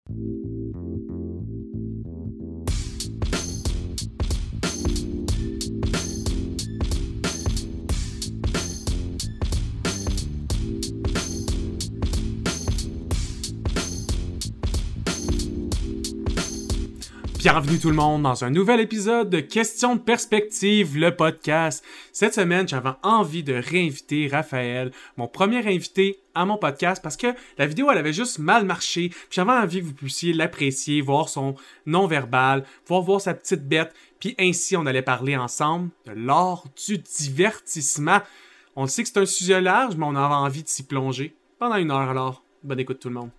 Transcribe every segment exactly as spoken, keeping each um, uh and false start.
Bienvenue tout le monde dans un nouvel épisode de Questions de perspective, le podcast. Cette semaine, j'avais envie de réinviter Raphaël, mon premier invité à mon podcast, parce que la vidéo, elle avait juste mal marché. Puis j'avais envie que vous puissiez l'apprécier, voir son non-verbal, pouvoir voir sa petite bête. Puis ainsi, on allait parler ensemble de l'art du divertissement. On le sait que c'est un sujet large, mais on avait envie de s'y plonger pendant une heure alors. Bonne écoute tout le monde.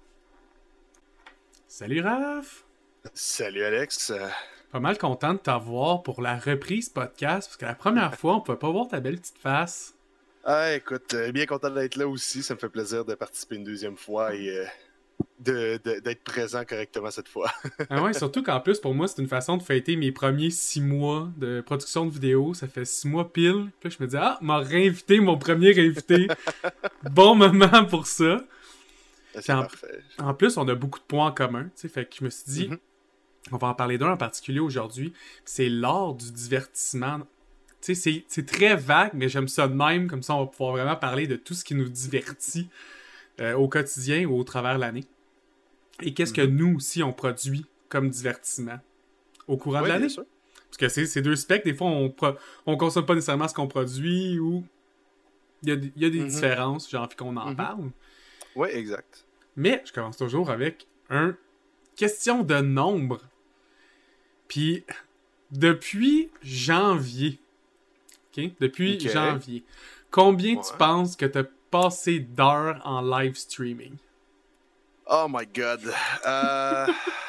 Salut Raph! Salut Alex. Pas mal content de t'avoir pour la reprise podcast, parce que la première fois, on pouvait pas voir ta belle petite face. Ah, écoute, euh, bien content d'être là aussi. Ça me fait plaisir de participer une deuxième fois et euh, de, de, d'être présent correctement cette fois. Ah ouais, surtout qu'en plus, pour moi, c'est une façon de fêter mes premiers six mois de production de vidéo. Ça fait six mois pile. Puis là, je me dis, ah, m'a réinvité, mon premier invité. Bon moment pour ça. C'est en, parfait. En plus, on a beaucoup de points en commun. Tu sais, fait que je me suis dit... Mm-hmm. On va en parler d'un en particulier aujourd'hui. C'est l'art du divertissement. Tu sais, c'est, c'est très vague, mais j'aime ça de même. Comme ça, on va pouvoir vraiment parler de tout ce qui nous divertit euh, au quotidien ou au travers de l'année. Et qu'est-ce mm-hmm. que nous aussi, on produit comme divertissement au courant oui, de l'année. Parce que c'est, c'est deux specs. Des fois, on pro- on consomme pas nécessairement ce qu'on produit ou il y a, y a des mm-hmm. différences. J'ai envie qu'on en mm-hmm. parle. Oui, exact. Mais je commence toujours avec un question de nombre. Puis, depuis janvier, OK? Depuis okay. janvier, combien ouais. tu penses que tu as passé d'heures en live streaming? Oh my God! Euh...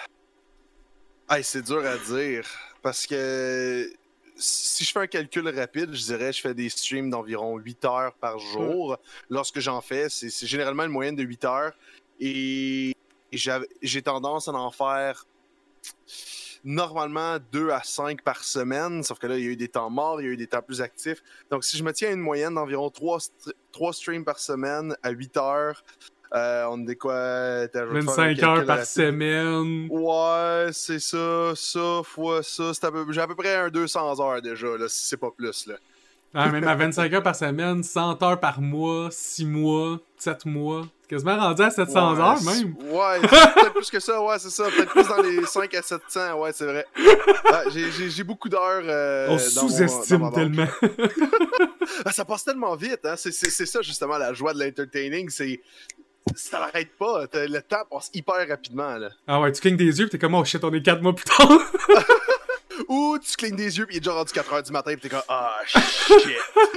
hey, c'est dur à dire, parce que si je fais un calcul rapide, je dirais que je fais des streams d'environ huit heures par jour. Ouais. Lorsque j'en fais, c'est, c'est généralement une moyenne de huit heures. Et j'avais, j'ai tendance à en faire... normalement deux à cinq par semaine, sauf que là, il y a eu des temps morts, il y a eu des temps plus actifs. Donc, si je me tiens à une moyenne d'environ trois streams par semaine à huit heures, euh, on est quoi? vingt-cinq heures par rapide. Semaine. Ouais, c'est ça, ça, fois ça. C'est à peu, j'ai à peu près un deux cents heures déjà, là, si c'est pas plus, là. Ah, même à vingt-cinq heures par semaine, cent heures par mois, six mois, sept mois. C'est quasiment rendu à sept cents ouais, heures, même. Ouais, peut-être plus que ça, ouais, c'est ça. Peut-être plus dans les cinq à sept cents, ouais, c'est vrai. Ouais, j'ai, j'ai, j'ai beaucoup d'heures. Euh, On sous-estime mon, tellement. Ah, ça passe tellement vite, hein. C'est, c'est, c'est ça, justement, la joie de l'entertaining. C'est. Ça n'arrête pas. Le temps passe hyper rapidement, là. Ah ouais, tu clignes des yeux, pis t'es comme, oh shit, on est quatre mois plus tard. Ou tu clignes des yeux pis il est déjà rendu quatre heures du matin pis t'es comme ah oh, shit.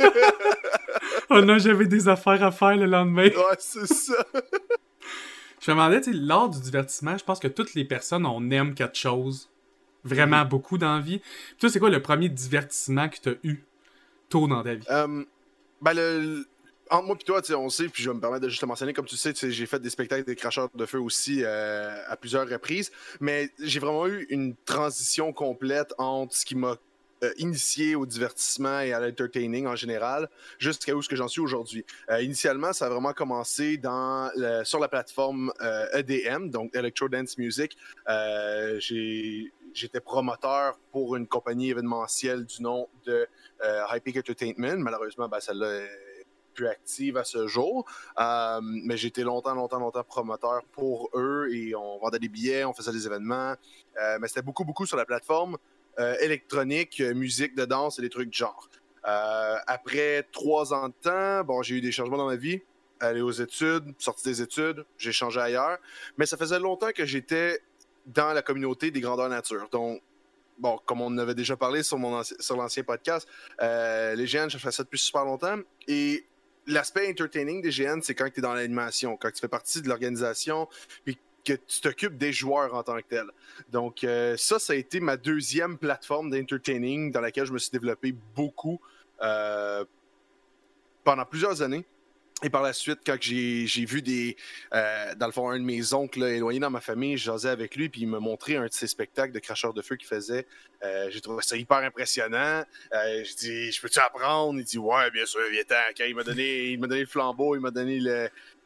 Oh non, j'avais des affaires à faire le lendemain. Ouais, c'est ça. Je me demandais, tu sais, l'art du divertissement, je pense que toutes les personnes, on aime quelque chose vraiment mm-hmm. beaucoup dans la vie. Puis toi, c'est quoi le premier divertissement que t'as eu tôt dans ta vie? Um, ben le... Entre moi et toi, on sait, puis je vais me permettre de juste le mentionner, comme tu sais, j'ai fait des spectacles des cracheurs de feu aussi euh, à plusieurs reprises, mais j'ai vraiment eu une transition complète entre ce qui m'a euh, initié au divertissement et à l'entertaining en général, jusqu'à où ce que j'en suis aujourd'hui. Euh, initialement, ça a vraiment commencé dans le, sur la plateforme euh, E D M, donc Electro Dance Music. Euh, j'ai... J'étais promoteur pour une compagnie événementielle du nom de euh, High Peak Entertainment. Malheureusement, ben, celle-là est plus active à ce jour. Euh, mais j'ai été longtemps, longtemps, longtemps promoteur pour eux et on vendait des billets, on faisait des événements. Euh, mais c'était beaucoup, beaucoup sur la plateforme euh, électronique, musique de danse et des trucs du genre. Euh, après trois ans de temps, bon, j'ai eu des changements dans ma vie. Aller aux études, sorti des études, j'ai changé ailleurs. Mais ça faisait longtemps que j'étais dans la communauté des grandeurs nature. Donc, bon, comme on en avait déjà parlé sur, mon anci- sur l'ancien podcast, euh, les G N, je fais ça depuis super longtemps. Et l'aspect entertaining des G N, c'est quand tu es dans l'animation, quand tu fais partie de l'organisation, puis que tu t'occupes des joueurs en tant que tel. Donc, euh, ça, ça a été ma deuxième plateforme d'entertaining dans laquelle je me suis développé beaucoup euh, pendant plusieurs années. Et par la suite, quand j'ai, j'ai vu des... Euh, dans le fond, un de mes oncles là, éloignés dans ma famille, je jasais avec lui, puis il m'a montré un de ses spectacles de cracheurs de feu qu'il faisait. Euh, j'ai trouvé ça hyper impressionnant. Euh, je dis, je peux-tu apprendre? Il dit, ouais, bien sûr, viens-t'en. Quand il m'a donné, il m'a donné le flambeau, il m'a donné le,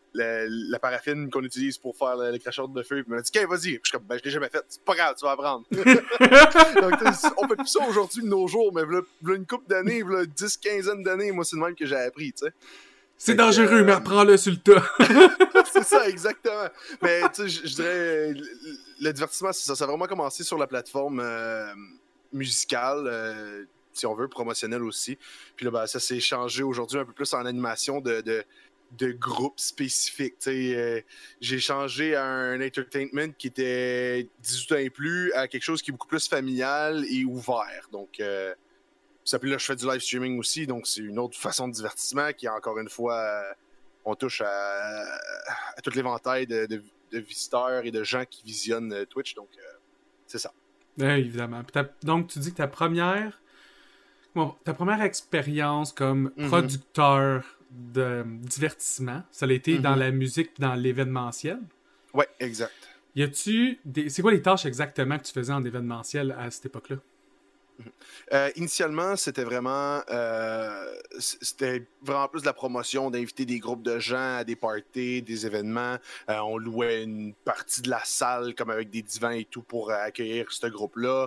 la, la paraffine qu'on utilise pour faire le, le cracheur de feu. Puis il m'a dit, OK, vas-y. Puis je suis comme, ben, je l'ai jamais fait. C'est pas grave, tu vas apprendre. Donc, on fait plus ça aujourd'hui de nos jours, mais là, une couple d'années, là, dix, quinzaine d'années, moi, c'est le même que j'ai appris, tu sais. C'est dangereux, euh... mais apprends-le sur le tas. C'est ça, exactement. Mais tu sais, je dirais, le, le divertissement, c'est ça. Ça a vraiment commencé sur la plateforme euh, musicale, euh, si on veut, promotionnelle aussi. Puis là, ben, ça s'est changé aujourd'hui un peu plus en animation de, de, de groupes spécifiques. Tu sais, euh, j'ai changé à un entertainment qui était dix-huit ans et plus à quelque chose qui est beaucoup plus familial et ouvert. Donc, euh, ça, puis là, je fais du live streaming aussi, donc c'est une autre façon de divertissement qui, encore une fois, euh, on touche à, à tout l'éventail de, de, de visiteurs et de gens qui visionnent Twitch, donc euh, c'est ça. Oui, évidemment. Donc, tu dis que ta première, bon, ta première expérience comme mm-hmm. producteur de divertissement, ça a été mm-hmm. dans la musique et dans l'événementiel? Oui, exact. Y a-tu des... C'est quoi les tâches exactement que tu faisais en événementiel à cette époque-là? Euh, initialement, c'était vraiment euh, c'était vraiment plus de la promotion, d'inviter des groupes de gens à des parties, des événements. Euh, on louait une partie de la salle comme avec des divans et tout pour accueillir ce groupe-là.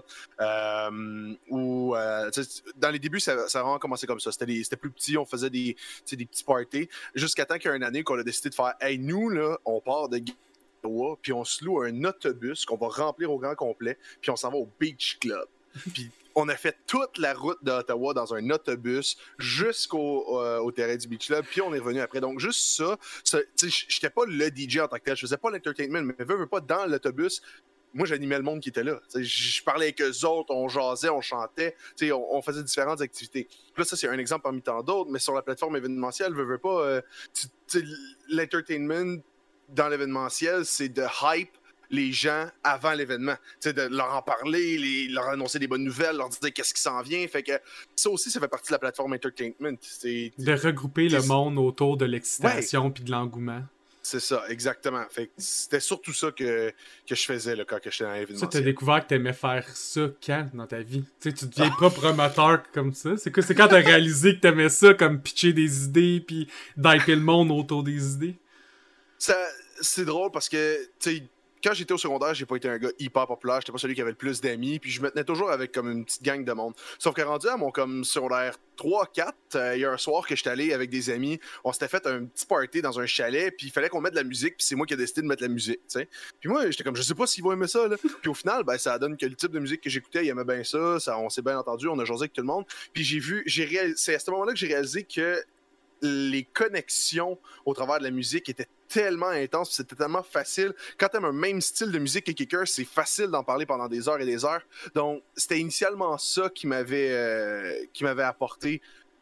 Euh, ou euh, dans les débuts, ça, ça a vraiment commencé comme ça. C'était, des, c'était plus petit, on faisait des, des petits parties. Jusqu'à temps qu'il y a une année qu'on a décidé de faire « Hey, nous, là, on part de Ottawa, puis on se loue un autobus qu'on va remplir au grand complet, puis on s'en va au Beach Club. » Puis on a fait toute la route d'Ottawa dans un autobus jusqu'au euh, au terrain du Beach Club, puis on est revenu après. Donc, juste ça, ça j'étais pas le D J en tant que tel, je faisais pas l'entertainment, mais veux, veux pas, dans l'autobus, moi, j'animais le monde qui était là. Je parlais avec eux autres, on jasait, on chantait, on, on faisait différentes activités. Puis là, ça, c'est un exemple parmi tant d'autres, mais sur la plateforme événementielle, veux, veux pas, euh, l'entertainment dans l'événementiel, c'est de hype les gens avant l'événement, tu sais, de leur en parler, les, leur annoncer des bonnes nouvelles, leur dire qu'est-ce qui s'en vient, fait que ça aussi, ça fait partie de la plateforme entertainment. C'est, de regrouper le monde autour de l'excitation puis ouais. de l'engouement. C'est ça, exactement. Fait que c'était surtout ça que, que je faisais là, quand j'étais dans l'événement. Ça, t'as découvert que t'aimais faire ça quand dans ta vie? Tu sais, tu deviens pas promoteur comme ça. C'est, quoi, c'est quand t'as réalisé que t'aimais ça, comme pitcher des idées puis d'hyper le monde autour des idées? Ça, c'est drôle parce que, tu sais, quand j'étais au secondaire, j'ai pas été un gars hyper populaire, j'étais pas celui qui avait le plus d'amis, puis je me tenais toujours avec comme une petite gang de monde. Sauf que rendu à mon comme secondaire trois quatre, il euh, y a un soir que j'étais allé avec des amis, on s'était fait un petit party dans un chalet, puis il fallait qu'on mette de la musique, puis c'est moi qui ai décidé de mettre de la musique, tu sais. Puis moi, j'étais comme, je sais pas s'ils vont aimer ça, là. Puis au final, ben, ça donne que le type de musique que j'écoutais, il aimait bien ça, ça on s'est bien entendu, on a jasé avec tout le monde. Puis j'ai vu, j'ai réalisé, c'est à ce moment-là que j'ai réalisé que les connexions au travers de la musique étaient tellement intenses, c'était tellement facile. Quand t'aimes un même style de musique que quelqu'un, c'est facile d'en parler pendant des heures et des heures. Donc, c'était initialement ça qui m'avait, euh, qui m'avait apporté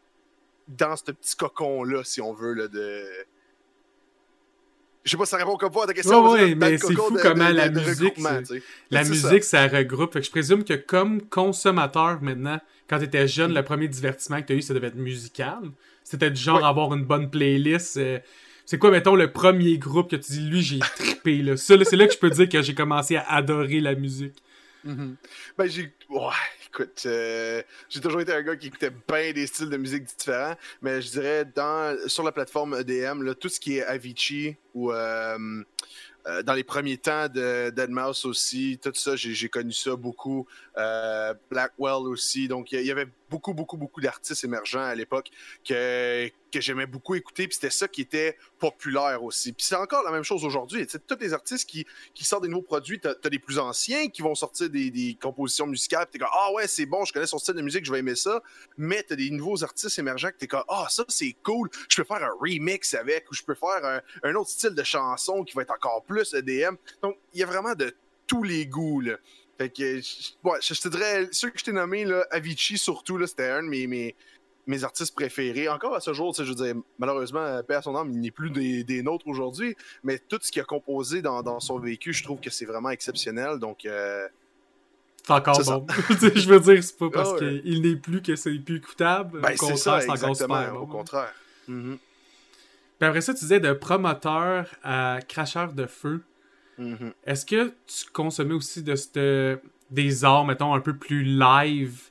dans ce petit cocon-là, si on veut, là, de... Je sais pas si ça répond comme pas à ta question. Oui, ouais, mais c'est fou de, comment de, de, la de musique, la musique, ça. ça regroupe. Fait que je présume que comme consommateur maintenant, quand t'étais jeune, mm. le premier divertissement que t'as eu, ça devait être musical. C'était du genre ouais. avoir une bonne playlist. Euh, c'est quoi, mettons, le premier groupe que tu dis, lui, j'ai trippé, là. Ça, là, c'est là que je peux dire que j'ai commencé à adorer la musique. Mm-hmm. Ben, j'ai... Ouais, écoute, euh, j'ai toujours été un gars qui écoutait bien des styles de musique différents, mais je dirais, dans sur la plateforme E D M, là, tout ce qui est Avicii ou... Euh, Euh, dans les premiers temps de deadmau five aussi, tout ça, j'ai, j'ai connu ça beaucoup. Euh, Blackwell aussi. Donc, il y, y avait beaucoup, beaucoup, beaucoup d'artistes émergents à l'époque que, que j'aimais beaucoup écouter. Puis c'était ça qui était populaire aussi. Puis c'est encore la même chose aujourd'hui. Tu sais, tous les artistes qui, qui sortent des nouveaux produits, t'as, t'as des plus anciens qui vont sortir des, des compositions musicales. Puis t'es comme, ah ouais, c'est bon, je connais son style de musique, je vais aimer ça. Mais t'as des nouveaux artistes émergents que t'es comme, ah, ça, c'est cool. Je peux faire un remix avec, ou je peux faire un, un autre style de chanson qui va être encore plus E D M. Donc, il y a vraiment de tous les goûts, là. Fait que, je, ouais, je, je te dirais, ceux que je t'ai nommés, là, Avicii surtout, là, c'était un de mes, mes, mes artistes préférés. Encore à ce jour, je veux dire, malheureusement, paix à son âme, il n'est plus des, des nôtres aujourd'hui, mais tout ce qu'il a composé dans, dans son vécu, je trouve que c'est vraiment exceptionnel. Donc, euh, c'est encore c'est bon. Je veux dire, c'est pas parce oh, ouais. qu'il n'est plus que c'est plus écoutable. Ben, au contraire, c'est, ça, c'est encore super bon. Au hein. contraire. Mm-hmm. Puis après ça, tu disais de promoteur à cracheur de feu. Mm-hmm. Est-ce que tu consommais aussi de cette, des arts, mettons, un peu plus live,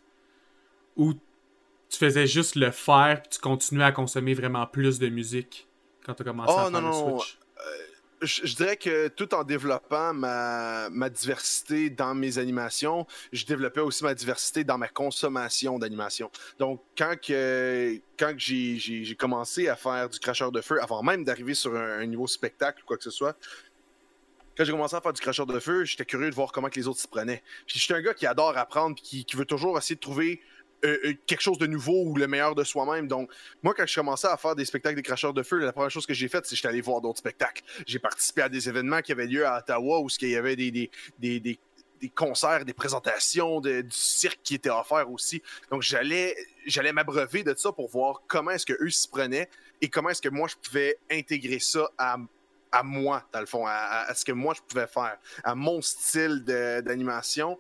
où tu faisais juste le faire puis tu continuais à consommer vraiment plus de musique quand tu as commencé oh, à faire non, le non. switch? je, je dirais que tout en développant ma, ma diversité dans mes animations, je développais aussi ma diversité dans ma consommation d'animation. Donc, quand, que, quand que j'ai, j'ai, j'ai commencé à faire du cracheur de feu, avant même d'arriver sur un, un niveau spectacle ou quoi que ce soit, quand j'ai commencé à faire du cracheur de feu, j'étais curieux de voir comment que les autres s'y prenaient. Puis j'étais un gars qui adore apprendre et qui, qui veut toujours essayer de trouver euh, euh, quelque chose de nouveau ou le meilleur de soi-même. Donc, moi, quand je commençais à faire des spectacles des cracheurs de feu, la première chose que j'ai faite, c'est que j'étais allé voir d'autres spectacles. J'ai participé à des événements qui avaient lieu à Ottawa où il y avait des, des, des, des, des concerts, des présentations, de, du cirque qui était offert aussi. Donc, j'allais, j'allais m'abreuver de ça pour voir comment est-ce qu'eux s'y prenaient et comment est-ce que moi, je pouvais intégrer ça à à moi, dans le fond, à, à, à ce que moi, je pouvais faire, à mon style de, d'animation.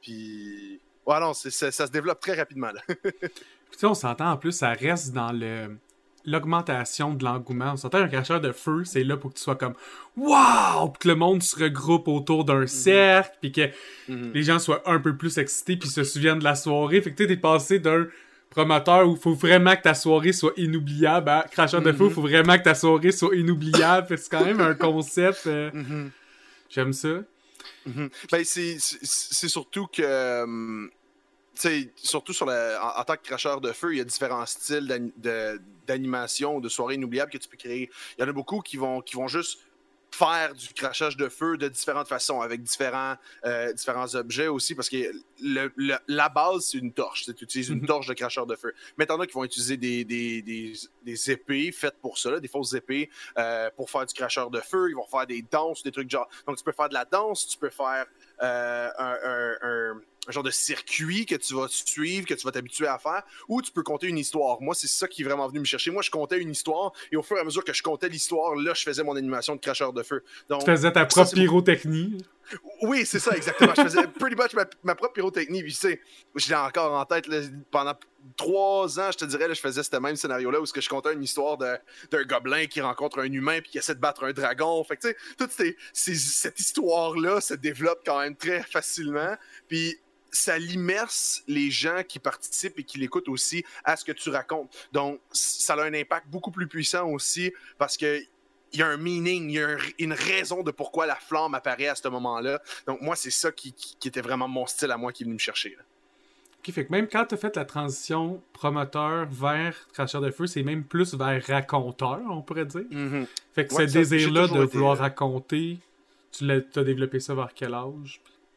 Puis, ouais, non, c'est, c'est, ça se développe très rapidement, là. Puis, tu sais, on s'entend, en plus, ça reste dans le l'augmentation de l'engouement. On s'entend un cracheur de feu, c'est là pour que tu sois comme « Wow! » Puis que le monde se regroupe autour d'un mm-hmm. cercle, puis que mm-hmm. les gens soient un peu plus excités, puis se souviennent de la soirée. Fait que tu sais, t'es passé d'un promoteur où il faut vraiment que ta soirée soit inoubliable. Hein? Cracheur de feu, il faut vraiment que ta soirée soit inoubliable. C'est quand même un concept. Euh... Mm-hmm. J'aime ça. Mm-hmm. Ben, c'est, c'est, c'est surtout que... Euh, tu sais, surtout sur la, en, en tant que cracheur de feu, il y a différents styles d'ani- de, d'animation, de soirées inoubliables que tu peux créer. Il y en a beaucoup qui vont, qui vont juste faire du crachage de feu de différentes façons, avec différents, euh, différents objets aussi, parce que le, le, la base, c'est une torche. Tu utilises une torche de cracheur de feu. Mais t'en as qui vont utiliser des, des, des, des épées faites pour ça, là, des fausses épées euh, pour faire du cracheur de feu. Ils vont faire des danses, des trucs genre... Donc, tu peux faire de la danse, tu peux faire euh, un... un, un un genre de circuit que tu vas suivre, que tu vas t'habituer à faire, ou tu peux compter une histoire. Moi, c'est ça qui est vraiment venu me chercher. Moi, je comptais une histoire, et au fur et à mesure que je comptais l'histoire, là, je faisais mon animation de cracheur de feu. Donc, tu faisais ta propre ça, pyrotechnie. Oui, c'est ça, exactement. Je faisais pretty much ma, ma propre pyrotechnie. Puis, tu sais, je l'ai encore en tête, là, pendant trois ans, je te dirais, là, je faisais ce même scénario-là où je comptais une histoire de, d'un gobelin qui rencontre un humain puis qui essaie de battre un dragon. Fait que, tu sais, toute ces, ces, cette histoire-là se développe quand même très facilement. Puis, ça l'immerse les gens qui participent et qui l'écoutent aussi à ce que tu racontes. Donc, ça a un impact beaucoup plus puissant aussi parce que il y a un meaning, il y a un, une raison de pourquoi la flamme apparaît à ce moment-là. Donc, moi, c'est ça qui, qui, qui était vraiment mon style à moi qui est venu me chercher. Là. OK, fait que même quand tu as fait la transition promoteur vers cracheur de feu, c'est même plus vers raconteur, on pourrait dire. Mm-hmm. Fait que ouais, ce ça, désir-là de été... vouloir raconter, tu l'as, as développé ça vers quel âge?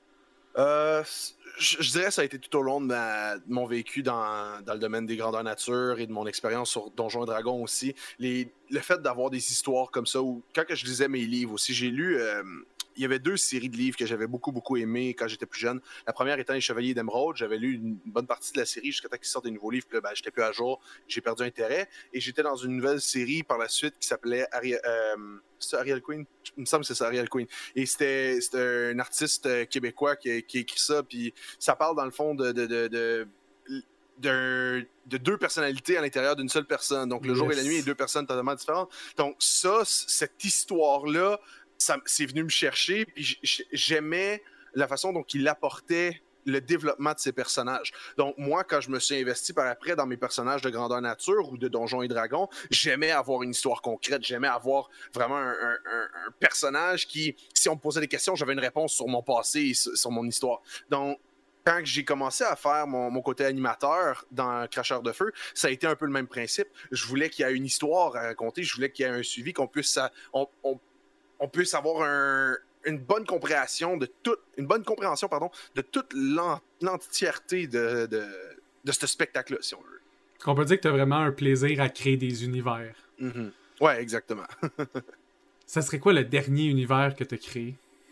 Euh... Je, je dirais que ça a été tout au long de, ma, de mon vécu dans, dans le domaine des grandeurs nature et de mon expérience sur Donjons et Dragons aussi. Les, le fait d'avoir des histoires comme ça, ou quand que je lisais mes livres aussi, j'ai lu... Euh, il y avait deux séries de livres que j'avais beaucoup, beaucoup aimées quand j'étais plus jeune. La première étant Les Chevaliers d'Émeraude. J'avais lu une bonne partie de la série jusqu'à temps qu'ils sortent des nouveaux livres. Puis là, ben, j'étais plus à jour. J'ai perdu intérêt. Et j'étais dans une nouvelle série par la suite qui s'appelait Ariel, euh, c'est Ariel Queen? Il me semble que c'est ça, Ariel Queen. Et c'était, c'était un artiste québécois qui, qui a écrit ça. Puis ça parle dans le fond de... de, de, de De, de deux personnalités à l'intérieur d'une seule personne. Donc, le yes. jour et la nuit, et deux personnes totalement différentes. Donc, ça, cette histoire-là, ça, c'est venu me chercher, puis j'aimais la façon dont il apportait le développement de ses personnages. Donc, moi, quand je me suis investi par après dans mes personnages de grandeur nature ou de Donjons et Dragons, j'aimais avoir une histoire concrète, j'aimais avoir vraiment un, un, un, un personnage qui, si on me posait des questions, j'avais une réponse sur mon passé et sur mon histoire. Donc, quand j'ai commencé à faire mon, mon côté animateur dans Cracheur de Feu, ça a été un peu le même principe. Je voulais qu'il y ait une histoire à raconter, je voulais qu'il y ait un suivi, qu'on puisse, on, on, on puisse avoir un, une bonne compréhension de toute, une bonne compréhension, pardon, de toute l'ent, l'entièreté de, de, de ce spectacle-là, si on veut. On peut dire que tu as vraiment un plaisir à créer des univers. Mm-hmm. Ouais, exactement. Ça serait quoi le dernier univers que tu as créé?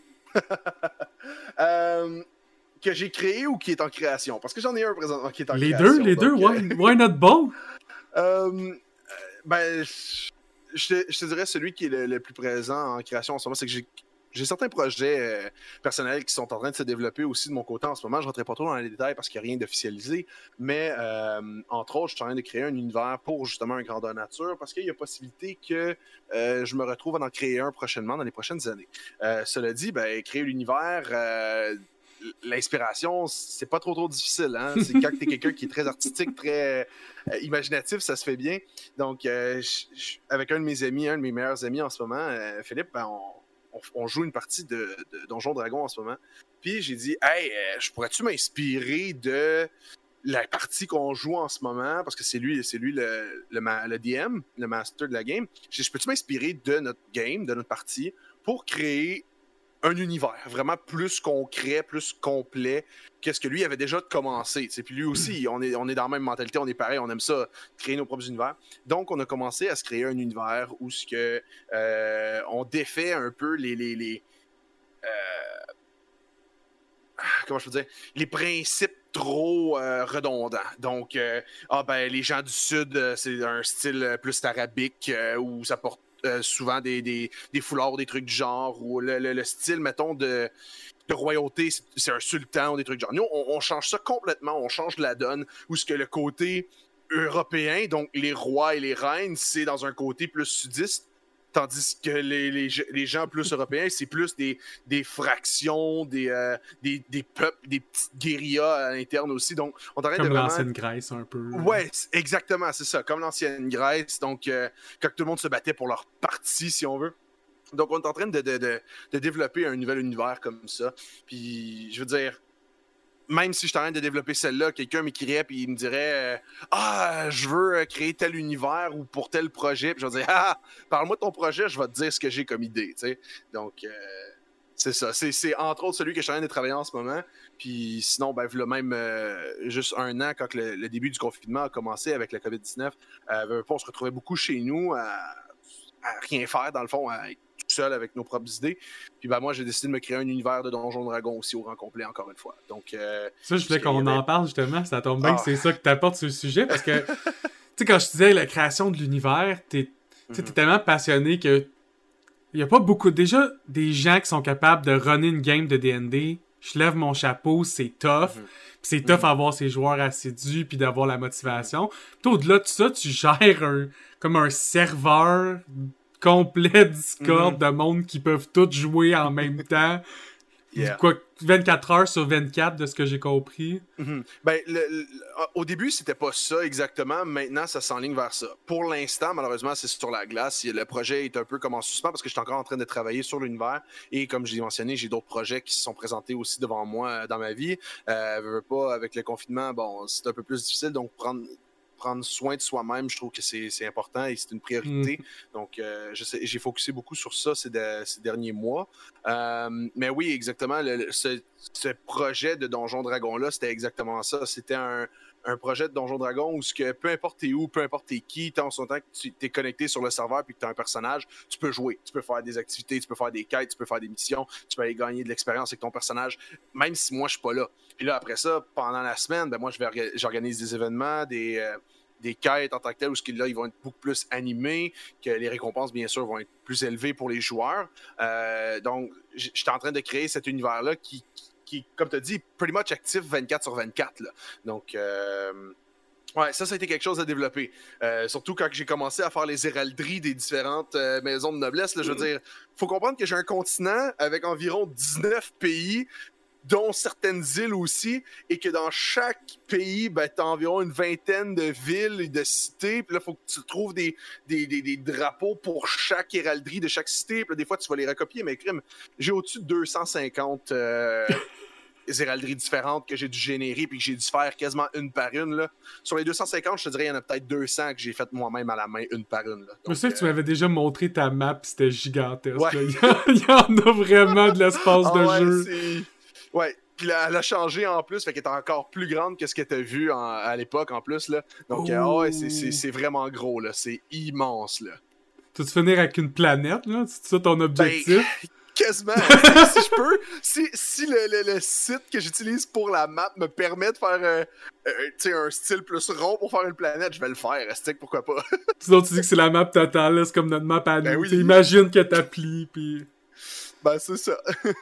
euh... que j'ai créé ou qui est en création? Parce que j'en ai un présentement qui est en les création. Deux, les deux, les deux, why, why not both? euh, ben, je te, je te dirais celui qui est le, le plus présent en création en ce moment, c'est que j'ai, j'ai certains projets euh, personnels qui sont en train de se développer aussi de mon côté en ce moment. Je ne rentrerai pas trop dans les détails parce qu'il n'y a rien d'officialisé, mais euh, entre autres, je suis en train de créer un univers pour justement un grandeur nature parce qu'il y a possibilité que euh, je me retrouve à en créer un prochainement dans les prochaines années. Euh, cela dit, ben, créer l'univers... Euh, l'inspiration, c'est pas trop trop difficile. Hein? C'est quand t'es quelqu'un qui est très artistique, très euh, imaginatif, ça se fait bien. Donc, euh, j- j- avec un de mes amis, un de mes meilleurs amis en ce moment, euh, Philippe, ben, on, on, on joue une partie de, de Donjon Dragon en ce moment. Puis j'ai dit, hey, euh, je pourrais-tu m'inspirer de la partie qu'on joue en ce moment, parce que c'est lui, c'est lui le, le, le D M, le master de la game. Je, je peux-tu m'inspirer de notre game, de notre partie, pour créer un univers vraiment plus concret, plus complet que ce que lui avait déjà commencé. T'sais. Puis lui aussi, on est, on est dans la même mentalité, on est pareil, on aime ça, créer nos propres univers. Donc, on a commencé à se créer un univers où ce que, euh, on défait un peu les... les, les euh, comment je peux dire? Les principes trop euh, redondants. Donc, euh, ah ben, les gens du Sud, euh, c'est un style plus arabique euh, où ça porte euh, souvent des, des, des foulards, des trucs du genre, ou le, le, le style, mettons, de, de royauté, c'est un sultan ou des trucs du genre. Nous, on, on change ça complètement, on change la donne, où ce que le côté européen, donc les rois et les reines, c'est dans un côté plus sudiste, tandis que les, les, les gens plus européens, c'est plus des, des fractions, des, euh, des, des peuples, des petites guérillas à l'interne aussi. Donc, on t'arrête de Comme vraiment... l'ancienne Grèce, un peu. Ouais, exactement, c'est ça. Comme l'ancienne Grèce. Donc, euh, quand tout le monde se battait pour leur partie, si on veut. Donc, on est en train de, de, de, de développer un nouvel univers comme ça. Puis, je veux dire... Même si je suis en train de développer celle-là, quelqu'un m'écrirait et il me dirait euh, Ah, je veux créer tel univers ou pour tel projet. Puis je vais dire Ah, parle-moi de ton projet, je vais te dire ce que j'ai comme idée. T'sais. Donc, euh, c'est ça. C'est entre autres celui que je suis en train de travailler en ce moment. Puis sinon, ben, il y a même euh, juste un an, quand le, le début du confinement a commencé avec la COVID dix-neuf, euh, on se retrouvait beaucoup chez nous à, à rien faire, dans le fond, à être tout seul avec nos propres idées. Puis ben moi, j'ai décidé de me créer un univers de Donjon Dragon aussi au rang complet, encore une fois. Donc, euh, ça, je voulais qu'on avait... en parle justement. Ça tombe bien ah. que c'est ça que tu apportes sur le sujet, parce que, tu sais, quand je disais la création de l'univers, t'es mm-hmm. tellement passionné que il n'y a pas beaucoup... Déjà, des gens qui sont capables de runner une game de D and D, je lève mon chapeau, c'est tough. Mm-hmm. Puis c'est tough mm-hmm. avoir ses joueurs assidus puis d'avoir la motivation. Puis au-delà de ça, tu gères un, comme un serveur complet Discord mm-hmm. de monde qui peuvent tous jouer en même temps. Yeah. Quoi, vingt-quatre heures sur vingt-quatre, de ce que j'ai compris. Mm-hmm. Ben, le, le, au début, c'était pas ça exactement. Maintenant, ça s'enligne vers ça. Pour l'instant, malheureusement, c'est sur la glace. Le projet est un peu comme en suspens parce que je suis encore en train de travailler sur l'univers. Et comme je l'ai mentionné, j'ai d'autres projets qui se sont présentés aussi devant moi dans ma vie. Euh, veux pas, avec le confinement, bon, c'est un peu plus difficile. Donc, prendre... prendre soin de soi-même, je trouve que c'est important et c'est une priorité. Mmh. Donc, euh, j'ai focusé beaucoup sur ça ces, de, ces derniers mois. Euh, mais oui, exactement, le, ce, ce projet de Donjon Dragon-là, c'était exactement ça. C'était un, un projet de Donjon Dragon où ce que, peu importe t'es où, peu importe t'es qui, tant son temps que tu es connecté sur le serveur et que tu as un personnage, tu peux jouer, tu peux faire des activités, tu peux faire des quêtes, tu peux faire des missions, tu peux aller gagner de l'expérience avec ton personnage, même si moi, je suis pas là. Puis là, après ça, pendant la semaine, ben moi, j'organise des événements, des... Euh, des quêtes en tant que telles où là, ils vont être beaucoup plus animés, que les récompenses, bien sûr, vont être plus élevées pour les joueurs. Euh, donc, j'étais en train de créer cet univers-là qui, qui, qui, comme tu as dit, pretty much actif vingt-quatre sur vingt-quatre. Là. Donc, euh, ouais, ça, ça a été quelque chose à développer. Euh, surtout quand j'ai commencé à faire les héralderies des différentes euh, maisons de noblesse. Là, je veux dire, il faut comprendre que j'ai un continent avec environ dix-neuf pays, dont certaines îles aussi, et que dans chaque pays, ben, tu as environ une vingtaine de villes et de cités, puis là, il faut que tu trouves des, des, des, des drapeaux pour chaque héralderie de chaque cité, puis là, des fois, tu vas les recopier, mais crime, j'ai au-dessus de deux cent cinquante euh, héralderies différentes que j'ai dû générer, puis que j'ai dû faire quasiment une par une, là. Sur les deux cent cinquante, je te dirais, il y en a peut-être deux cents que j'ai fait moi-même à la main, une par une, là. Donc, je sais que euh... tu m'avais déjà montré ta map, c'était gigantesque, ouais. il, y il y en a vraiment de l'espace oh, de ouais, jeu. Ouais, puis elle a changé en plus, fait qu'elle est encore plus grande que ce que t'as vu en, à l'époque en plus, là. Donc, euh, ouais, c'est vraiment gros, là. C'est immense, là. Tu veux finir avec une planète, là? C'est ça ton objectif? Ben, quasiment. si je peux, si, si le, le, le site que j'utilise pour la map me permet de faire euh, euh, un style plus rond pour faire une planète, je vais le faire. Stick, pourquoi pas? Sinon, tu dis que c'est la map totale, c'est comme notre map à nous. Ben oui. Imagine que t'applies, puis... Ben, c'est ça.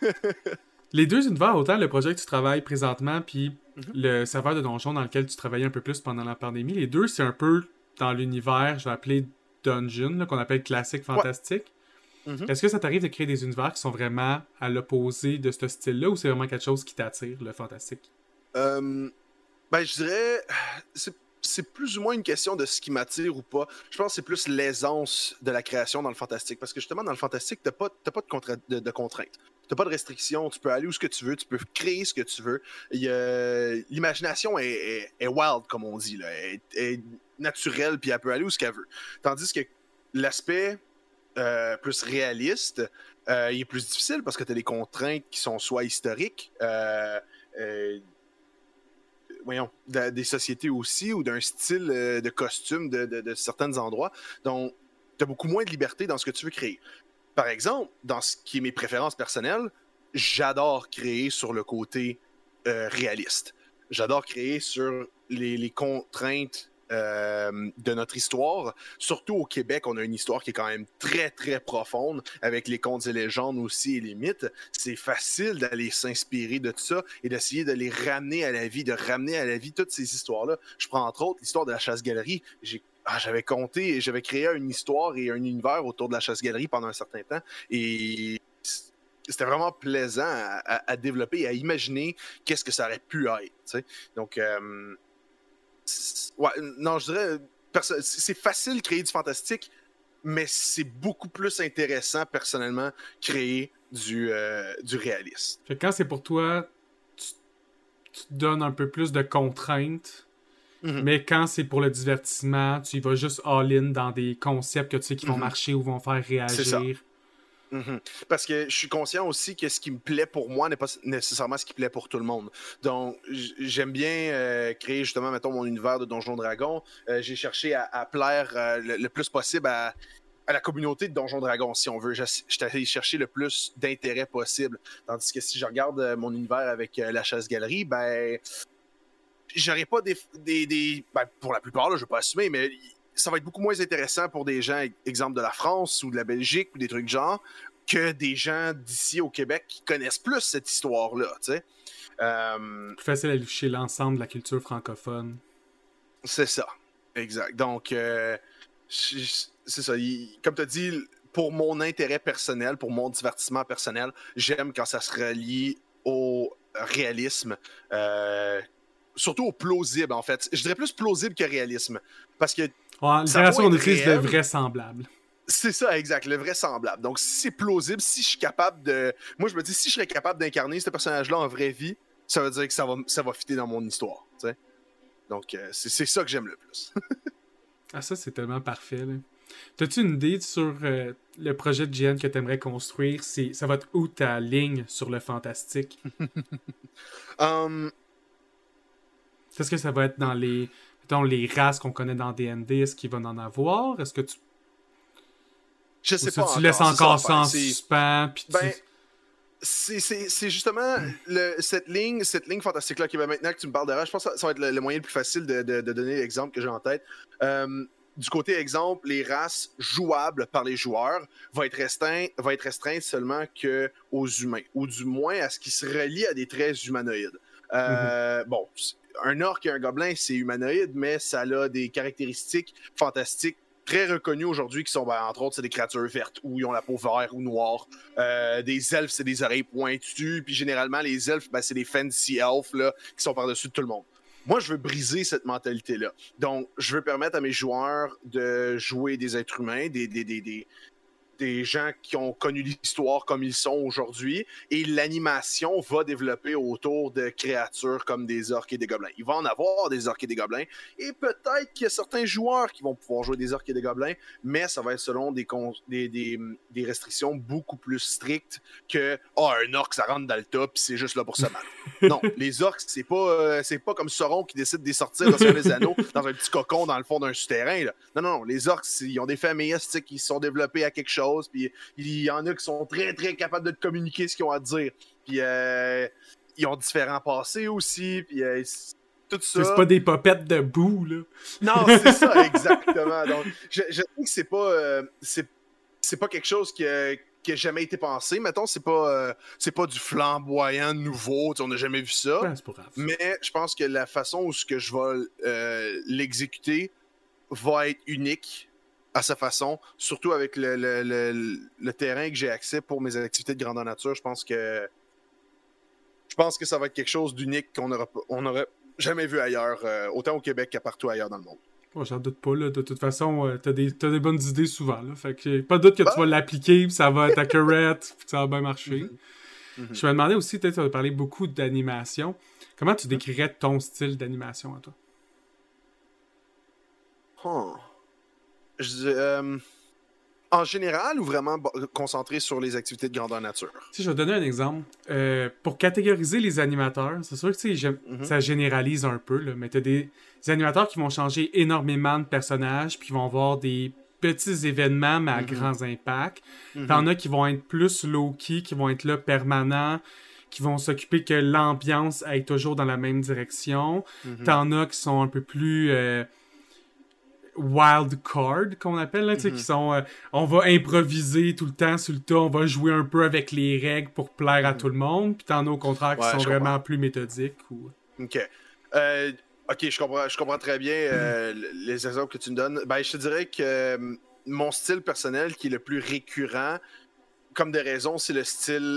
Les deux univers, autant le projet que tu travailles présentement, puis mm-hmm. le serveur de donjon dans lequel tu travaillais un peu plus pendant la pandémie, les deux, c'est un peu dans l'univers, je vais appeler Dungeon, qu'on appelle classique fantastique. Ouais. Mm-hmm. Est-ce que ça t'arrive de créer des univers qui sont vraiment à l'opposé de ce style-là, ou c'est vraiment quelque chose qui t'attire, le fantastique? Euh, ben, je dirais... c'est plus ou moins une question de ce qui m'attire ou pas. Je pense que c'est plus l'aisance de la création dans le fantastique. Parce que justement, dans le fantastique, t'as pas, t'as pas de, contra- de, de contraintes. T'as pas de restrictions. Tu peux aller où ce que tu veux. Tu peux créer ce que tu veux. Il y a- L'imagination est, est, est wild, comme on dit. Là. Elle est, est naturelle, puis elle peut aller où ce qu'elle veut. Tandis que l'aspect euh, plus réaliste, euh, il est plus difficile parce que t'as des contraintes qui sont soit historiques, euh, euh, voyons, de, des sociétés aussi, ou d'un style euh, de costume de, de, de certains endroits. Donc, tu as beaucoup moins de liberté dans ce que tu veux créer. Par exemple, dans ce qui est mes préférences personnelles, j'adore créer sur le côté euh, réaliste. J'adore créer sur les, les contraintes euh, de notre histoire. Surtout au Québec, on a une histoire qui est quand même très, très profonde, avec les contes et légendes aussi et les mythes. C'est facile d'aller s'inspirer de tout ça et d'essayer de les ramener à la vie, de ramener à la vie toutes ces histoires-là. Je prends entre autres l'histoire de la chasse-galerie. J'ai Ah, j'avais compté, j'avais créé une histoire et un univers autour de la chasse-galerie pendant un certain temps. Et c'était vraiment plaisant à, à, à développer et à imaginer qu'est-ce que ça aurait pu être. T'sais. Donc, euh, ouais, non, je dirais, c'est facile de créer du fantastique, mais c'est beaucoup plus intéressant, personnellement, créer du, euh, du réalisme. Fait que quand c'est pour toi, tu, tu te donnes un peu plus de contraintes. Mm-hmm. Mais quand c'est pour le divertissement, tu y vas juste all-in dans des concepts que tu sais qui vont mm-hmm. marcher ou vont faire réagir. C'est ça. Mm-hmm. Parce que je suis conscient aussi que ce qui me plaît pour moi n'est pas nécessairement ce qui plaît pour tout le monde. Donc, j'aime bien euh, créer justement, mettons, mon univers de Donjons Dragons. Euh, j'ai cherché à, à plaire euh, le, le plus possible à, à la communauté de Donjons Dragons, si on veut. J'étais allé chercher le plus d'intérêt possible. Tandis que si je regarde euh, mon univers avec euh, la chasse-galerie, ben... j'aurais pas des... des, des ben, pour la plupart, là, je vais pas assumer, mais ça va être beaucoup moins intéressant pour des gens, exemple de la France ou de la Belgique ou des trucs genre, que des gens d'ici au Québec qui connaissent plus cette histoire-là, tu sais. Euh... Plus facile à toucher l'ensemble de la culture francophone. C'est ça, exact. Donc, euh, c'est ça. Il, comme tu as dit, pour mon intérêt personnel, pour mon divertissement personnel, j'aime quand ça se relie au réalisme, euh, surtout au plausible, en fait. Je dirais plus plausible que réalisme, parce que ouais, l'itération qu'on utilise le vraisemblable. C'est ça, exact, le vraisemblable. Donc, si c'est plausible, si je suis capable de... Moi, je me dis, si je serais capable d'incarner ce personnage-là en vraie vie, ça veut dire que ça va, ça va fitter dans mon histoire, tu sais. Donc, euh, c'est ça que j'aime le plus. Ah, ça, c'est tellement parfait, là. T'as-tu une idée sur euh, le projet de G N que t'aimerais construire? Ça va être où ta ligne sur le fantastique? um... Est-ce que ça va être dans les... Mettons, les races qu'on connaît dans D and D? Est-ce qu'il va en avoir? Est-ce que tu... Je sais Ou pas tu encore, laisses encore ça, ça en suspens, puis ben, tu... C'est justement le, cette ligne cette ligne fantastique-là qui va maintenant que tu me parles de race, je pense que ça, ça va être le, le moyen le plus facile de, de, de donner l'exemple que j'ai en tête. Euh, du côté exemple, les races jouables par les joueurs vont être restreintes, vont être restreintes seulement que aux humains, ou du moins à ce qui se relie à des traits humanoïdes. Euh, mm-hmm. Bon, un orc et un gobelin, c'est humanoïde, mais ça a des caractéristiques fantastiques très reconnus aujourd'hui, qui sont, ben, entre autres, c'est des créatures vertes, ou ils ont la peau verte ou noire. Euh, des elfes, c'est des oreilles pointues, puis généralement, les elfes, ben, c'est des fancy elfes, là, qui sont par-dessus de tout le monde. Moi, je veux briser cette mentalité-là. Donc, je veux permettre à mes joueurs de jouer des êtres humains, des, des, des, des, des gens qui ont connu l'histoire comme ils sont aujourd'hui, et l'animation va développer autour de créatures comme des orques et des gobelins. Il va en avoir des orques et des gobelins, et peut-être qu'il y a certains joueurs qui vont pouvoir jouer des orques et des gobelins, mais ça va être selon des, des, des, des restrictions beaucoup plus strictes que « Ah, oh, un orque, ça rentre dans le top, puis c'est juste là pour se battre. » Non, les orques, c'est pas, euh, c'est pas comme Sauron qui décide de les sortir dans les anneaux, dans un petit cocon dans le fond d'un souterrain. Là. Non, non, non, les orques, ils ont des familles qui se sont développées à quelque chose, puis il y en a qui sont très, très capables de te communiquer ce qu'ils ont à te dire. Puis euh, ils ont différents passés aussi, puis euh, tout ça. C'est pas des popettes de boue, là. Non, c'est ça, exactement. Donc, je, je sais que c'est pas, euh, c'est, c'est pas quelque chose qui a, qui a jamais été pensé. Mettons, c'est pas, euh, c'est pas du flamboyant nouveau, on n'a jamais vu ça. Ouais, c'est pas grave. Mais je pense que la façon où ce que je vais euh, l'exécuter va être unique à sa façon, surtout avec le, le, le, le terrain que j'ai accès pour mes activités de grandeur nature. Je pense que je pense que ça va être quelque chose d'unique qu'on aura, on aurait jamais vu ailleurs, euh, autant au Québec qu'à partout ailleurs dans le monde. Oh, j'en doute pas, là. De toute façon, euh, t'as des, t'as des bonnes idées souvent, là. Fait que pas de doute que Bah. tu vas l'appliquer, pis ça va être accurate, pis que ça va bien marcher. Mm-hmm. Mm-hmm. Je me demandais aussi, peut-être, tu as parlé beaucoup d'animation. Comment tu décrirais ton style d'animation à toi? Huh. Je, euh, en général ou vraiment concentré sur les activités de grandeur nature? Tu sais, je vais te donner un exemple. Euh, pour catégoriser les animateurs, c'est sûr que tu sais, mm-hmm. ça généralise un peu, là, mais tu as des, des animateurs qui vont changer énormément de personnages, puis qui vont avoir des petits événements, mais à mm-hmm. grands impacts. Mm-hmm. T'en as qui vont être plus low-key, qui vont être là permanents, qui vont s'occuper que l'ambiance aille toujours dans la même direction. Mm-hmm. T'en as qui sont un peu plus... Euh, wild card qu'on appelle là, tu sais, mm-hmm. qui sont euh, on va improviser tout le temps sur le tas, on va jouer un peu avec les règles pour plaire mm-hmm. à tout le monde, puis t'en as au contraire qui ouais, sont vraiment comprends. Plus méthodiques ou... ok euh, ok je comprends je comprends très bien euh, mm-hmm. les exemples que tu me donnes. Ben je te dirais que euh, mon style personnel qui est le plus récurrent comme des raisons, c'est le style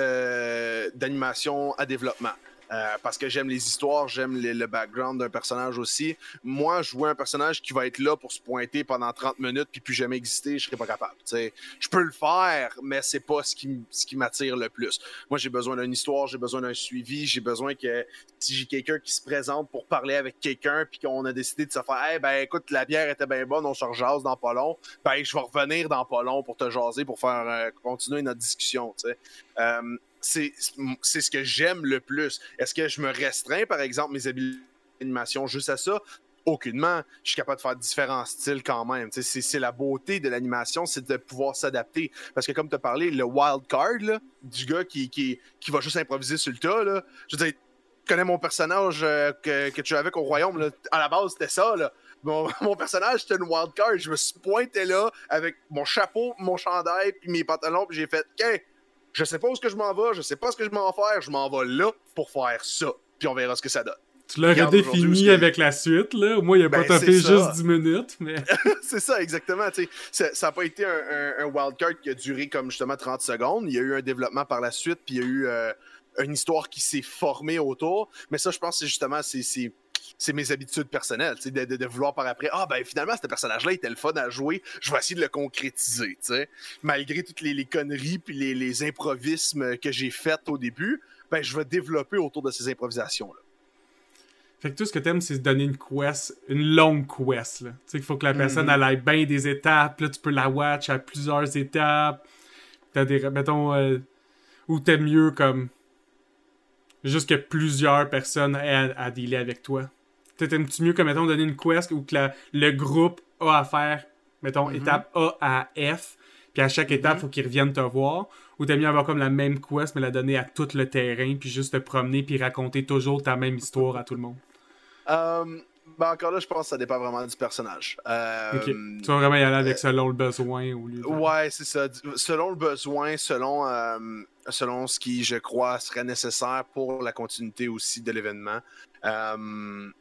euh, d'animation à développement. Euh, parce que j'aime les histoires, j'aime les, le background d'un personnage aussi. Moi, jouer un personnage qui va être là pour se pointer pendant trente minutes puis plus jamais exister, je serais pas capable. T'sais. Je peux le faire, mais c'est pas ce qui, ce qui m'attire le plus. Moi, j'ai besoin d'une histoire, j'ai besoin d'un suivi, j'ai besoin que si j'ai quelqu'un qui se présente pour parler avec quelqu'un puis qu'on a décidé de se faire hey, « ben écoute, la bière était bien bonne, on se rejase dans pas long. » Ben, je vais revenir dans pas long pour te jaser, pour faire euh, continuer notre discussion. T'sais. Euh, C'est, c'est ce que j'aime le plus. Est-ce que je me restreins, par exemple, mes habiletés d'animation juste à ça? Aucunement. Je suis capable de faire différents styles quand même. C'est, c'est la beauté de l'animation, c'est de pouvoir s'adapter. Parce que comme tu as parlé, le wild card là, du gars qui, qui, qui va juste improviser sur le tas, là, je veux dire, tu connais mon personnage euh, que, que tu avais au Royaume, là, à la base, c'était ça. Là. Mon, mon personnage, c'était une wild card. Je me suis pointé là avec mon chapeau, mon chandail, puis mes pantalons, puis j'ai fait okay, je sais pas où est-ce que je m'en vais, je sais pas ce que je m'en vais faire, je m'en vais là pour faire ça. Puis on verra ce que ça donne. Tu l'as redéfini que... avec la suite, là. Au moins, il a ben, pas tapé juste dix minutes, mais... c'est ça, exactement. Ça n'a pas été un, un, un wildcard qui a duré comme justement trente secondes. Il y a eu un développement par la suite, puis il y a eu euh, une histoire qui s'est formée autour. Mais ça, je pense que c'est justement... c'est, c'est... c'est mes habitudes personnelles, de, de, de vouloir par après, ah ben finalement, ce personnage-là était le fun à jouer, je vais essayer de le concrétiser, t'sais. Malgré toutes les, les conneries puis les, les improvismes que j'ai faits au début, ben je vais développer autour de ces improvisations-là. Fait que tout ce que t'aimes, c'est se donner une quest, une longue quest, là. Tu sais qu'il faut que la personne, mm-hmm. elle aille bien des étapes, là, tu peux la watch à plusieurs étapes, t'as des, mettons, euh, ou t'aimes mieux comme, juste que plusieurs personnes aient à, à dealer avec toi. T'aimes-tu mieux que, mettons, donner une quest ou que la, le groupe a à faire, mettons, mm-hmm. étape A à F, puis à chaque étape, il mm-hmm. faut qu'ils reviennent te voir, ou t'aimes mieux avoir comme la même quest, mais la donner à tout le terrain, puis juste te promener, puis raconter toujours ta même histoire à tout le monde? Um, ben encore là, je pense que ça dépend vraiment du personnage. Euh, ok. Tu vas vraiment y aller avec euh, selon le besoin au lieu de... Ouais, c'est ça. Selon le besoin, selon, euh, selon ce qui, je crois, serait nécessaire pour la continuité aussi de l'événement. Euh,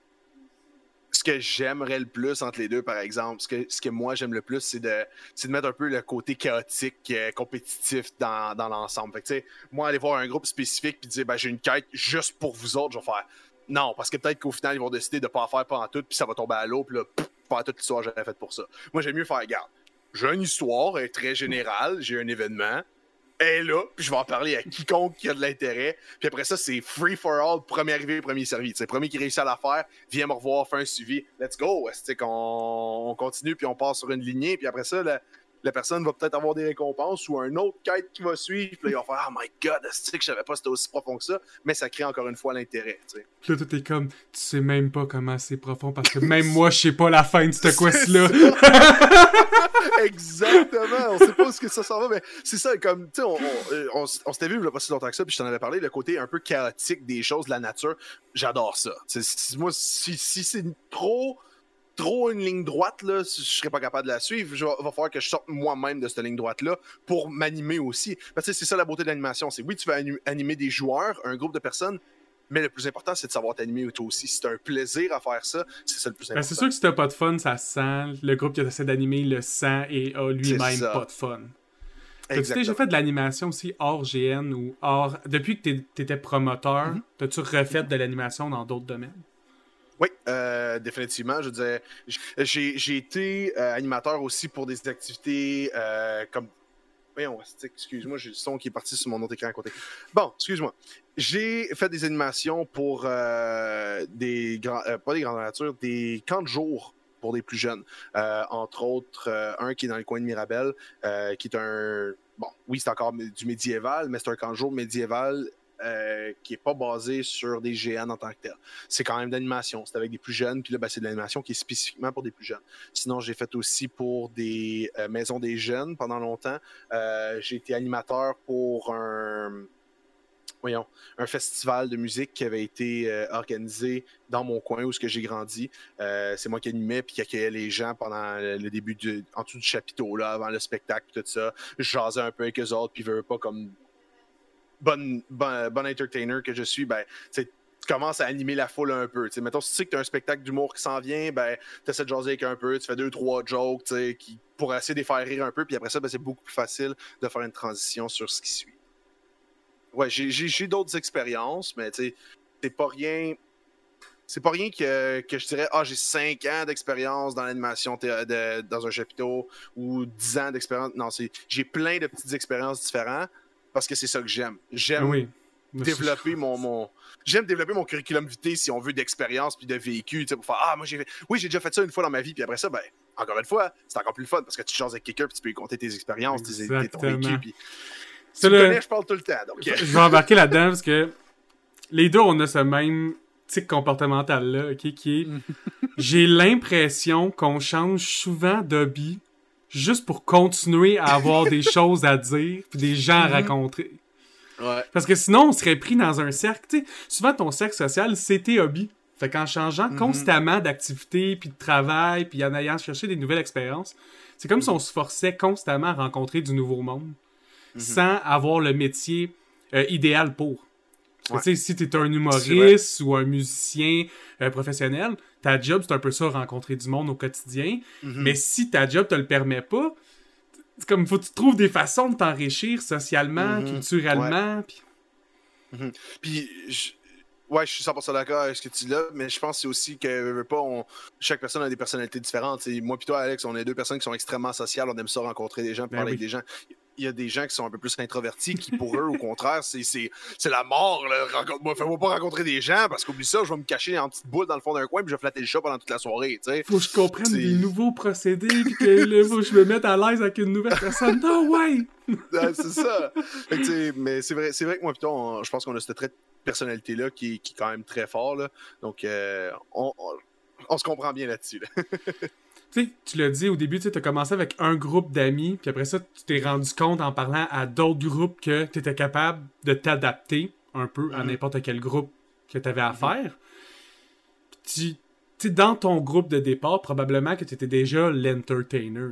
ce que j'aimerais le plus entre les deux, par exemple, ce que, ce que moi j'aime le plus, c'est de, c'est de mettre un peu le côté chaotique, euh, compétitif dans, dans l'ensemble. Fait que, tu sais, moi, aller voir un groupe spécifique puis dire, ben, j'ai une quête juste pour vous autres, je vais faire non, parce que peut-être qu'au final, ils vont décider de ne pas en faire pas en tout, puis ça va tomber à l'eau, puis là, pff, pas toute l'histoire que j'avais faite pour ça. Moi, j'aime mieux faire, regarde, j'ai une histoire, elle est très générale, j'ai un événement, elle est là, puis je vais en parler à quiconque qui a de l'intérêt. Puis après ça, c'est free for all, premier arrivé, premier servi. C'est le premier qui réussit à la faire, viens me revoir, fais un suivi, let's go. C'est qu'on on continue, puis on part sur une lignée, puis après ça, la, la personne va peut-être avoir des récompenses ou un autre quête qui va suivre, puis là, il va faire « Oh my God, c'est que je savais pas que c'était aussi profond que ça », mais ça crée encore une fois l'intérêt, tu sais. Puis là, tout est comme, tu sais même pas comment c'est profond, parce que même moi, je sais pas la fin de cette quest-là. Exactement, on sait pas où ce que ça s'en va, mais c'est ça, comme, tu sais, on, on, on, on s'était vu il y a pas si longtemps que ça, puis je t'en avais parlé, le côté un peu chaotique des choses, de la nature, j'adore ça. T'sais, si, moi, si, si c'est trop... trop une ligne droite, là, je serais pas capable de la suivre. Il va falloir que je sorte moi-même de cette ligne droite-là pour m'animer aussi. Parce que c'est ça la beauté de l'animation. C'est oui, tu vas animer des joueurs, un groupe de personnes, mais le plus important, c'est de savoir t'animer toi aussi. Si t'as un plaisir à faire ça, c'est ça le plus important. Ben, c'est sûr que si t'as pas de fun, ça sent. Le groupe qui essaie d'animer le sent et a lui-même pas de fun. T'as-tu déjà fait de l'animation aussi hors G N ou hors... Depuis que t'étais promoteur, mm-hmm. t'as-tu refait de l'animation dans d'autres domaines? Oui, euh, définitivement. Je disais, j'ai, j'ai été euh, animateur aussi pour des activités euh, comme... Voyons, excuse-moi, j'ai le son qui est parti sur mon autre écran à côté. Bon, excuse-moi. J'ai fait des animations pour euh, des grands... Euh, pas des grandes natures, des camps de jour pour des plus jeunes. Euh, entre autres, euh, un qui est dans le coin de Mirabel, euh, qui est un... Bon, oui, c'est encore du médiéval, mais c'est un camp de jour médiéval euh, qui n'est pas basé sur des G N en tant que tel. C'est quand même d'animation. C'est avec des plus jeunes, puis là, ben, c'est de l'animation qui est spécifiquement pour des plus jeunes. Sinon, j'ai fait aussi pour des euh, maisons des jeunes pendant longtemps. Euh, j'ai été animateur pour un... Voyons, un festival de musique qui avait été euh, organisé dans mon coin où j'ai grandi. Euh, c'est moi qui animais puis qui accueillais les gens pendant le, le début du, en dessous du chapiteau, là, avant le spectacle, tout ça. Je jasais un peu avec eux autres, puis je veux pas comme bon, bon, bon entertainer que je suis, ben, tu commences à animer la foule un peu. T'sais. Mettons, si tu sais que tu as un spectacle d'humour qui s'en vient, ben, tu essaies de jaser avec un peu, tu fais deux, trois jokes qui, pour essayer de les faire rire un peu, puis après ça, ben, c'est beaucoup plus facile de faire une transition sur ce qui suit. Ouais, j'ai, j'ai, j'ai d'autres expériences, mais tu sais, c'est pas rien. C'est pas rien que, que je dirais, ah, j'ai cinq ans d'expérience dans l'animation thé- de, dans un chapiteau ou dix ans d'expérience. Non, c'est, j'ai plein de petites expériences différentes parce que c'est ça que j'aime. J'aime oui. développer mon, mon. J'aime développer mon curriculum vitae, si on veut, d'expérience puis de vécu, tu sais, pour faire, ah, moi, j'ai fait. Oui, j'ai déjà fait ça une fois dans ma vie, puis après ça, ben, encore une fois, c'est encore plus le fun parce que tu changes avec quelqu'un puis tu peux lui compter tes expériences, tes, tes, ton vécu, puis. Tu me connais, je parle tout le temps. Donc... Je vais embarquer là-dedans parce que les deux, on a ce même tic comportemental-là, ok, qui est... J'ai l'impression qu'on change souvent d'hobby juste pour continuer à avoir des choses à dire puis des gens à rencontrer. Ouais. Parce que sinon, on serait pris dans un cercle. Tu sais, souvent, ton cercle social, c'est tes hobbies. Fait qu'en changeant mm-hmm. constamment d'activité puis de travail puis en allant chercher des nouvelles expériences, c'est comme mm-hmm. si on se forçait constamment à rencontrer du nouveau monde. Mm-hmm. Sans avoir le métier euh, idéal pour. Ouais. Tu sais, si t'es un humoriste ou un musicien euh, professionnel, ta job, c'est un peu ça, rencontrer du monde au quotidien. Mm-hmm. Mais si ta job te le permet pas, c'est comme, faut que tu trouves des façons de t'enrichir socialement, mm-hmm. culturellement. Ouais. Puis, mm-hmm. puis je... Ouais, je suis cent pour cent d'accord avec ce que tu dis là, mais je pense que c'est aussi que pas, on... chaque personne a des personnalités différentes. T'sais, moi et toi, Alex, on est deux personnes qui sont extrêmement sociales, on aime ça rencontrer des gens, parler ben oui. avec des gens. Il y a des gens qui sont un peu plus introvertis, qui pour eux, au contraire, c'est, c'est, c'est la mort. Là. Rencontre... Fais-moi pas rencontrer des gens, parce qu'oublie ça, je vais me cacher en petite boule dans le fond d'un coin, puis je vais flatter le chat pendant toute la soirée. T'sais. Faut que je comprenne c'est... des nouveaux procédés, puis que là, faut que je me mette à l'aise avec une nouvelle personne. Non, ouais! Ouais, c'est ça. Fait que, mais c'est vrai, c'est vrai que moi, plutôt, on, je pense qu'on a ce trait de personnalité-là qui, qui est quand même très fort. Là. Donc, euh, on, on, on se comprend bien là-dessus. Là. Tu sais, tu l'as dit au début, tu as commencé avec un groupe d'amis, puis après ça, tu t'es rendu compte en parlant à d'autres groupes que tu étais capable de t'adapter un peu mm-hmm. à n'importe quel groupe que tu avais à mm-hmm. faire. Puis, tu sais, dans ton groupe de départ, probablement que tu étais déjà l'entertainer.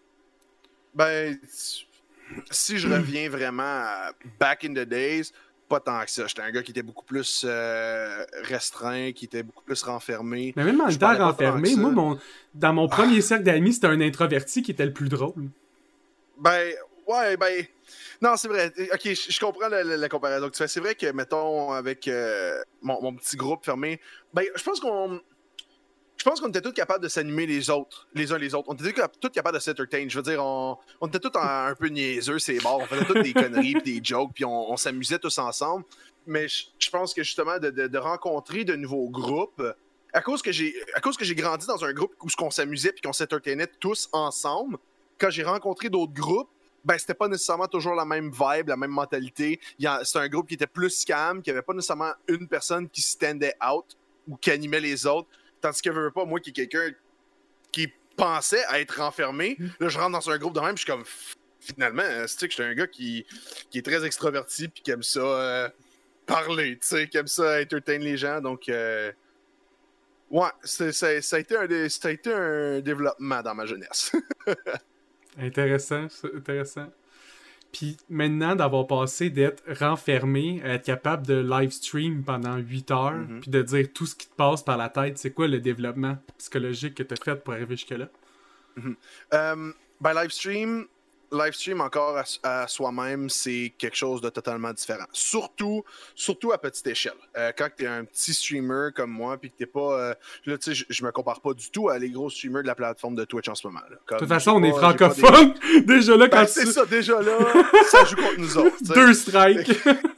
Ben, si je reviens vraiment à back in the days, pas tant que ça. J'étais un gars qui était beaucoup plus euh, restreint, qui était beaucoup plus renfermé. Mais même en étant renfermé, moi, mon, dans mon premier ah. cercle d'amis, c'était un introverti qui était le plus drôle. Ben, ouais, ben... Non, c'est vrai. OK, je, je comprends la, la, la comparaison que tu fais. C'est vrai que, mettons, avec euh, mon, mon petit groupe fermé, ben, je pense qu'on... Je pense qu'on était tous capables de s'animer les autres, les uns les autres. On était tous capables de s'entertain. Je veux dire, on, on était tous un, un peu niaiseux, c'est bon. On faisait toutes des conneries puis des jokes, puis on, on s'amusait tous ensemble. Mais je, je pense que justement, de, de, de rencontrer de nouveaux groupes, à cause que j'ai, à cause que j'ai grandi dans un groupe où on s'amusait puis qu'on s'entertainait tous ensemble, quand j'ai rencontré d'autres groupes, ben c'était pas nécessairement toujours la même vibe, la même mentalité. C'était un groupe qui était plus calme, qui avait pas nécessairement une personne qui standait out ou qui animait les autres. Tandis que je veux pas, moi qui est quelqu'un qui pensait à être renfermé, là je rentre dans un groupe de même, je suis comme finalement, tu sais que j'étais un gars qui, qui est très extraverti puis qui aime ça euh, parler, tu sais, qui aime ça entertain les gens. Donc euh, ouais, c'est, c'est, ça, a été un, ça a été un développement dans ma jeunesse. Intéressant, c'est intéressant. Puis maintenant, d'avoir passé d'être renfermé à être capable de live stream pendant huit heures, mm-hmm. puis de dire tout ce qui te passe par la tête, c'est quoi le développement psychologique que tu as fait pour arriver jusque-là? Mm-hmm. Um, ben, live stream, live stream encore à, à soi-même, c'est quelque chose de totalement différent. Surtout, surtout à petite échelle. Euh, quand tu es un petit streamer comme moi, puis que t'es pas... Euh, là, tu sais, je, je me compare pas du tout à les gros streamers de la plateforme de Twitch en ce moment. Là. Comme, de toute façon, on pas, est francophone. Des... déjà là, quand ben, tu... c'est ça, déjà là, ça joue contre nous autres. T'sais. Deux strikes.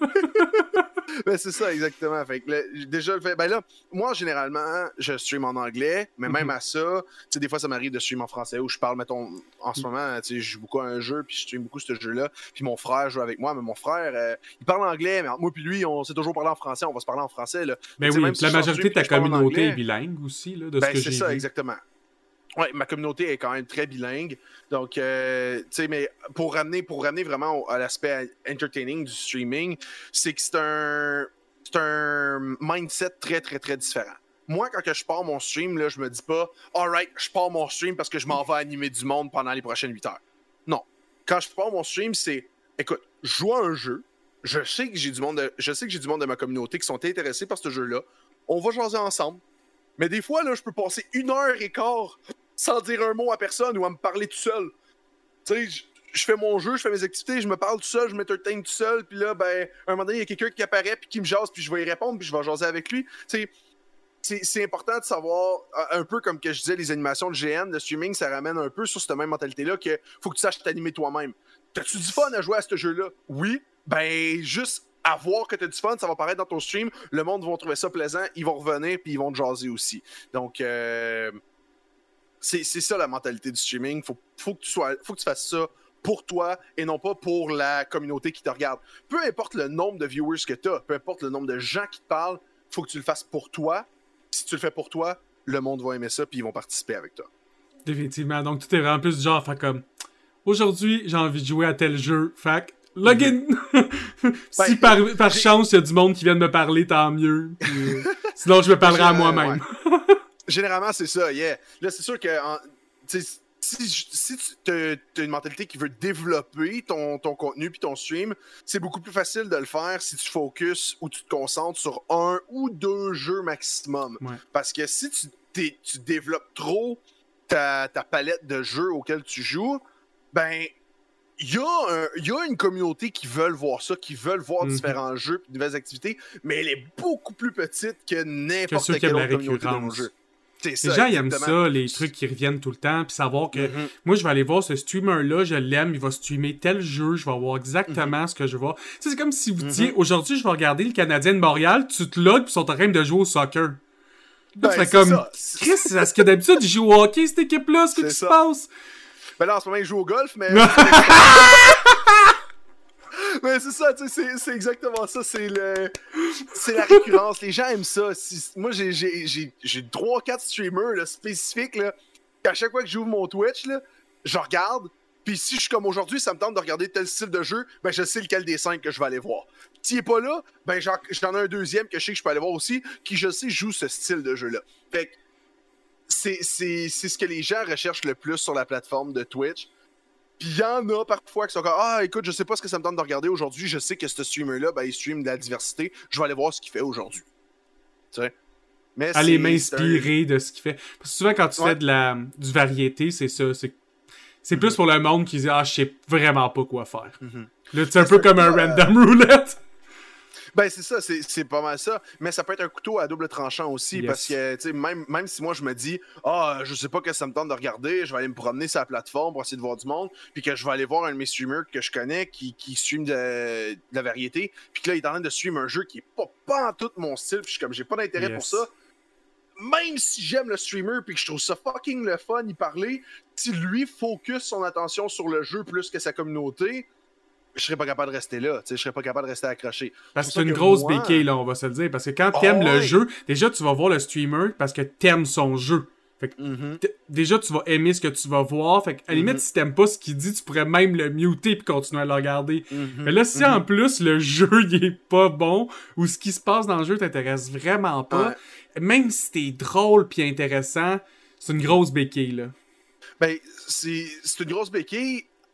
Ben, c'est ça, exactement. Fait que là, déjà, le fait, ben là, moi, généralement, je stream en anglais, mais même mm-hmm. à ça, tu sais, des fois, ça m'arrive de stream en français où je parle, mettons, en ce moment, tu sais, je joue beaucoup à un jeu, puis je stream beaucoup ce jeu-là, puis mon frère joue avec moi, mais mon frère, euh, il parle anglais, mais entre moi puis lui, on s'est toujours parlé en français, on va se parler en français, là. Ben oui, même si la majorité de ta communauté anglais, est bilingue aussi, là, de ben, ce que j'ai c'est ça, vu. exactement. Ouais, ma communauté est quand même très bilingue. Donc, euh, tu sais, mais pour ramener, pour ramener vraiment à l'aspect entertaining du streaming, c'est que c'est un, c'est un mindset très, très, très différent. Moi, quand que je pars mon stream, là, je me dis pas « Alright, je pars mon stream parce que je m'en vais animer du monde pendant les prochaines huit heures. » Non. Quand je pars mon stream, c'est « Écoute, je joue à un jeu. Je sais que j'ai du monde de, je sais que j'ai du monde de ma communauté qui sont intéressés par ce jeu-là. On va jaser ensemble. Mais des fois, là, je peux passer une heure et quart sans dire un mot à personne ou à me parler tout seul. Tu sais, je fais mon jeu, je fais mes activités, je me parle tout seul, je m'entertain tout seul, puis là, ben, à un moment donné, il y a quelqu'un qui apparaît, puis qui me jase, puis je vais y répondre, puis je vais jaser avec lui. Tu sais, c'est important de savoir, un peu comme que je disais, les animations de G N, le streaming, ça ramène un peu sur cette même mentalité-là que faut que tu saches t'animer toi-même. T'as-tu du fun à jouer à ce jeu-là? Oui. Ben, juste à voir que t'as du fun, ça va paraître dans ton stream, le monde va trouver ça plaisant, ils vont revenir, puis ils vont te jaser aussi. Donc, euh... C'est, c'est ça la mentalité du streaming. Faut, faut, que tu sois, faut que tu fasses ça pour toi et non pas pour la communauté qui te regarde. Peu importe le nombre de viewers que tu as, peu importe le nombre de gens qui te parlent, faut que tu le fasses pour toi. Si tu le fais pour toi, le monde va aimer ça puis ils vont participer avec toi. Définitivement. Donc, tout est vraiment plus du genre, fait comme aujourd'hui, j'ai envie de jouer à tel jeu. Fait que login! Mm-hmm. si ben, par, par chance, il y a du monde qui vient de me parler, tant mieux. Puis, sinon, je me parlerai à moi-même. Ouais. Généralement, c'est ça, yeah. Là, c'est sûr que en, si, si tu as une mentalité qui veut développer ton, ton contenu puis ton stream, c'est beaucoup plus facile de le faire si tu focuses ou tu te concentres sur un ou deux jeux maximum. Ouais. Parce que si tu, tu développes trop ta, ta palette de jeux auxquels tu joues, ben, il y, y a une communauté qui veulent voir ça, qui veulent voir mm-hmm. différents jeux et nouvelles activités, mais elle est beaucoup plus petite que n'importe que quelle autre communauté de nos jeux. Les ça, gens, ils aiment ça, les trucs qui reviennent tout le temps, puis savoir que mm-hmm. moi, je vais aller voir ce streamer-là, je l'aime, il va streamer tel jeu, je vais voir exactement mm-hmm. ce que je vois. Tu sais, c'est comme si vous disiez, mm-hmm. aujourd'hui, je vais regarder le Canadien de Montréal, tu te logs, puis ils sont en train de jouer au soccer. Ben, c'est comme, ça. Chris, est-ce que d'habitude, ils jouent au hockey, cette équipe-là, ce que qui se passe? Ben là, en ce moment, ils jouent au golf, mais... Mais c'est ça, tu sais, c'est, c'est exactement ça, c'est le... C'est la récurrence, les gens aiment ça. Si, moi, j'ai, j'ai, j'ai, j'ai trois quatre streamers là, spécifiques, là, à chaque fois que j'ouvre mon Twitch, là, je regarde, puis si je suis comme aujourd'hui, ça me tente de regarder tel style de jeu, ben je sais lequel des cinq que je vais aller voir. S'il est pas là, ben j'en, j'en ai un deuxième que je sais que je peux aller voir aussi, qui je sais joue ce style de jeu-là. Fait que c'est, c'est, c'est ce que les gens recherchent le plus sur la plateforme de Twitch. Puis il y en a parfois qui sont comme « Ah, écoute, je sais pas ce que ça me tente de regarder aujourd'hui. Je sais que ce streamer-là, ben, il stream de la diversité. Je vais aller voir ce qu'il fait aujourd'hui. » Tu sais? Mais aller m'inspirer un... de ce qu'il fait. Parce que souvent, quand tu ouais. fais de la, du variété, c'est ça. C'est, c'est mm-hmm. plus pour le monde qui dit « Ah, je sais vraiment pas quoi faire. Mm-hmm. » Là, c'est un peu comme un euh... random roulette. Ben, c'est ça, c'est, c'est pas mal ça. Mais ça peut être un couteau à double tranchant aussi. Yes. Parce que, tu sais, même, même si moi, je me dis, ah, oh, je sais pas que ça me tente de regarder, je vais aller me promener sur la plateforme pour essayer de voir du monde, puis que je vais aller voir un de mes streamers que je connais qui, qui stream de, de la variété, puis que là, il est en train de stream un jeu qui est pas, pas en tout mon style, puis je suis comme, j'ai pas d'intérêt yes. pour ça. Même si j'aime le streamer, puis que je trouve ça fucking le fun y parler, si lui focus son attention sur le jeu plus que sa communauté, je serais pas capable de rester là, tu sais, je serais pas capable de rester accroché. Parce que c'est une grosse moi... béquille, là, on va se le dire. Parce que quand t'aimes oh, le ouais. jeu, déjà, tu vas voir le streamer parce que t'aimes son jeu. Fait que mm-hmm. déjà, tu vas aimer ce que tu vas voir. Fait que, à la limite, mm-hmm. si t'aimes pas ce qu'il dit, tu pourrais même le muter puis continuer à le regarder. Mm-hmm. Mais là, si mm-hmm. en plus, le jeu, il est pas bon, ou ce qui se passe dans le jeu t'intéresse vraiment pas, ouais. même si t'es drôle puis intéressant, c'est une grosse béquille, là. Ben, c'est, c'est une grosse béquille.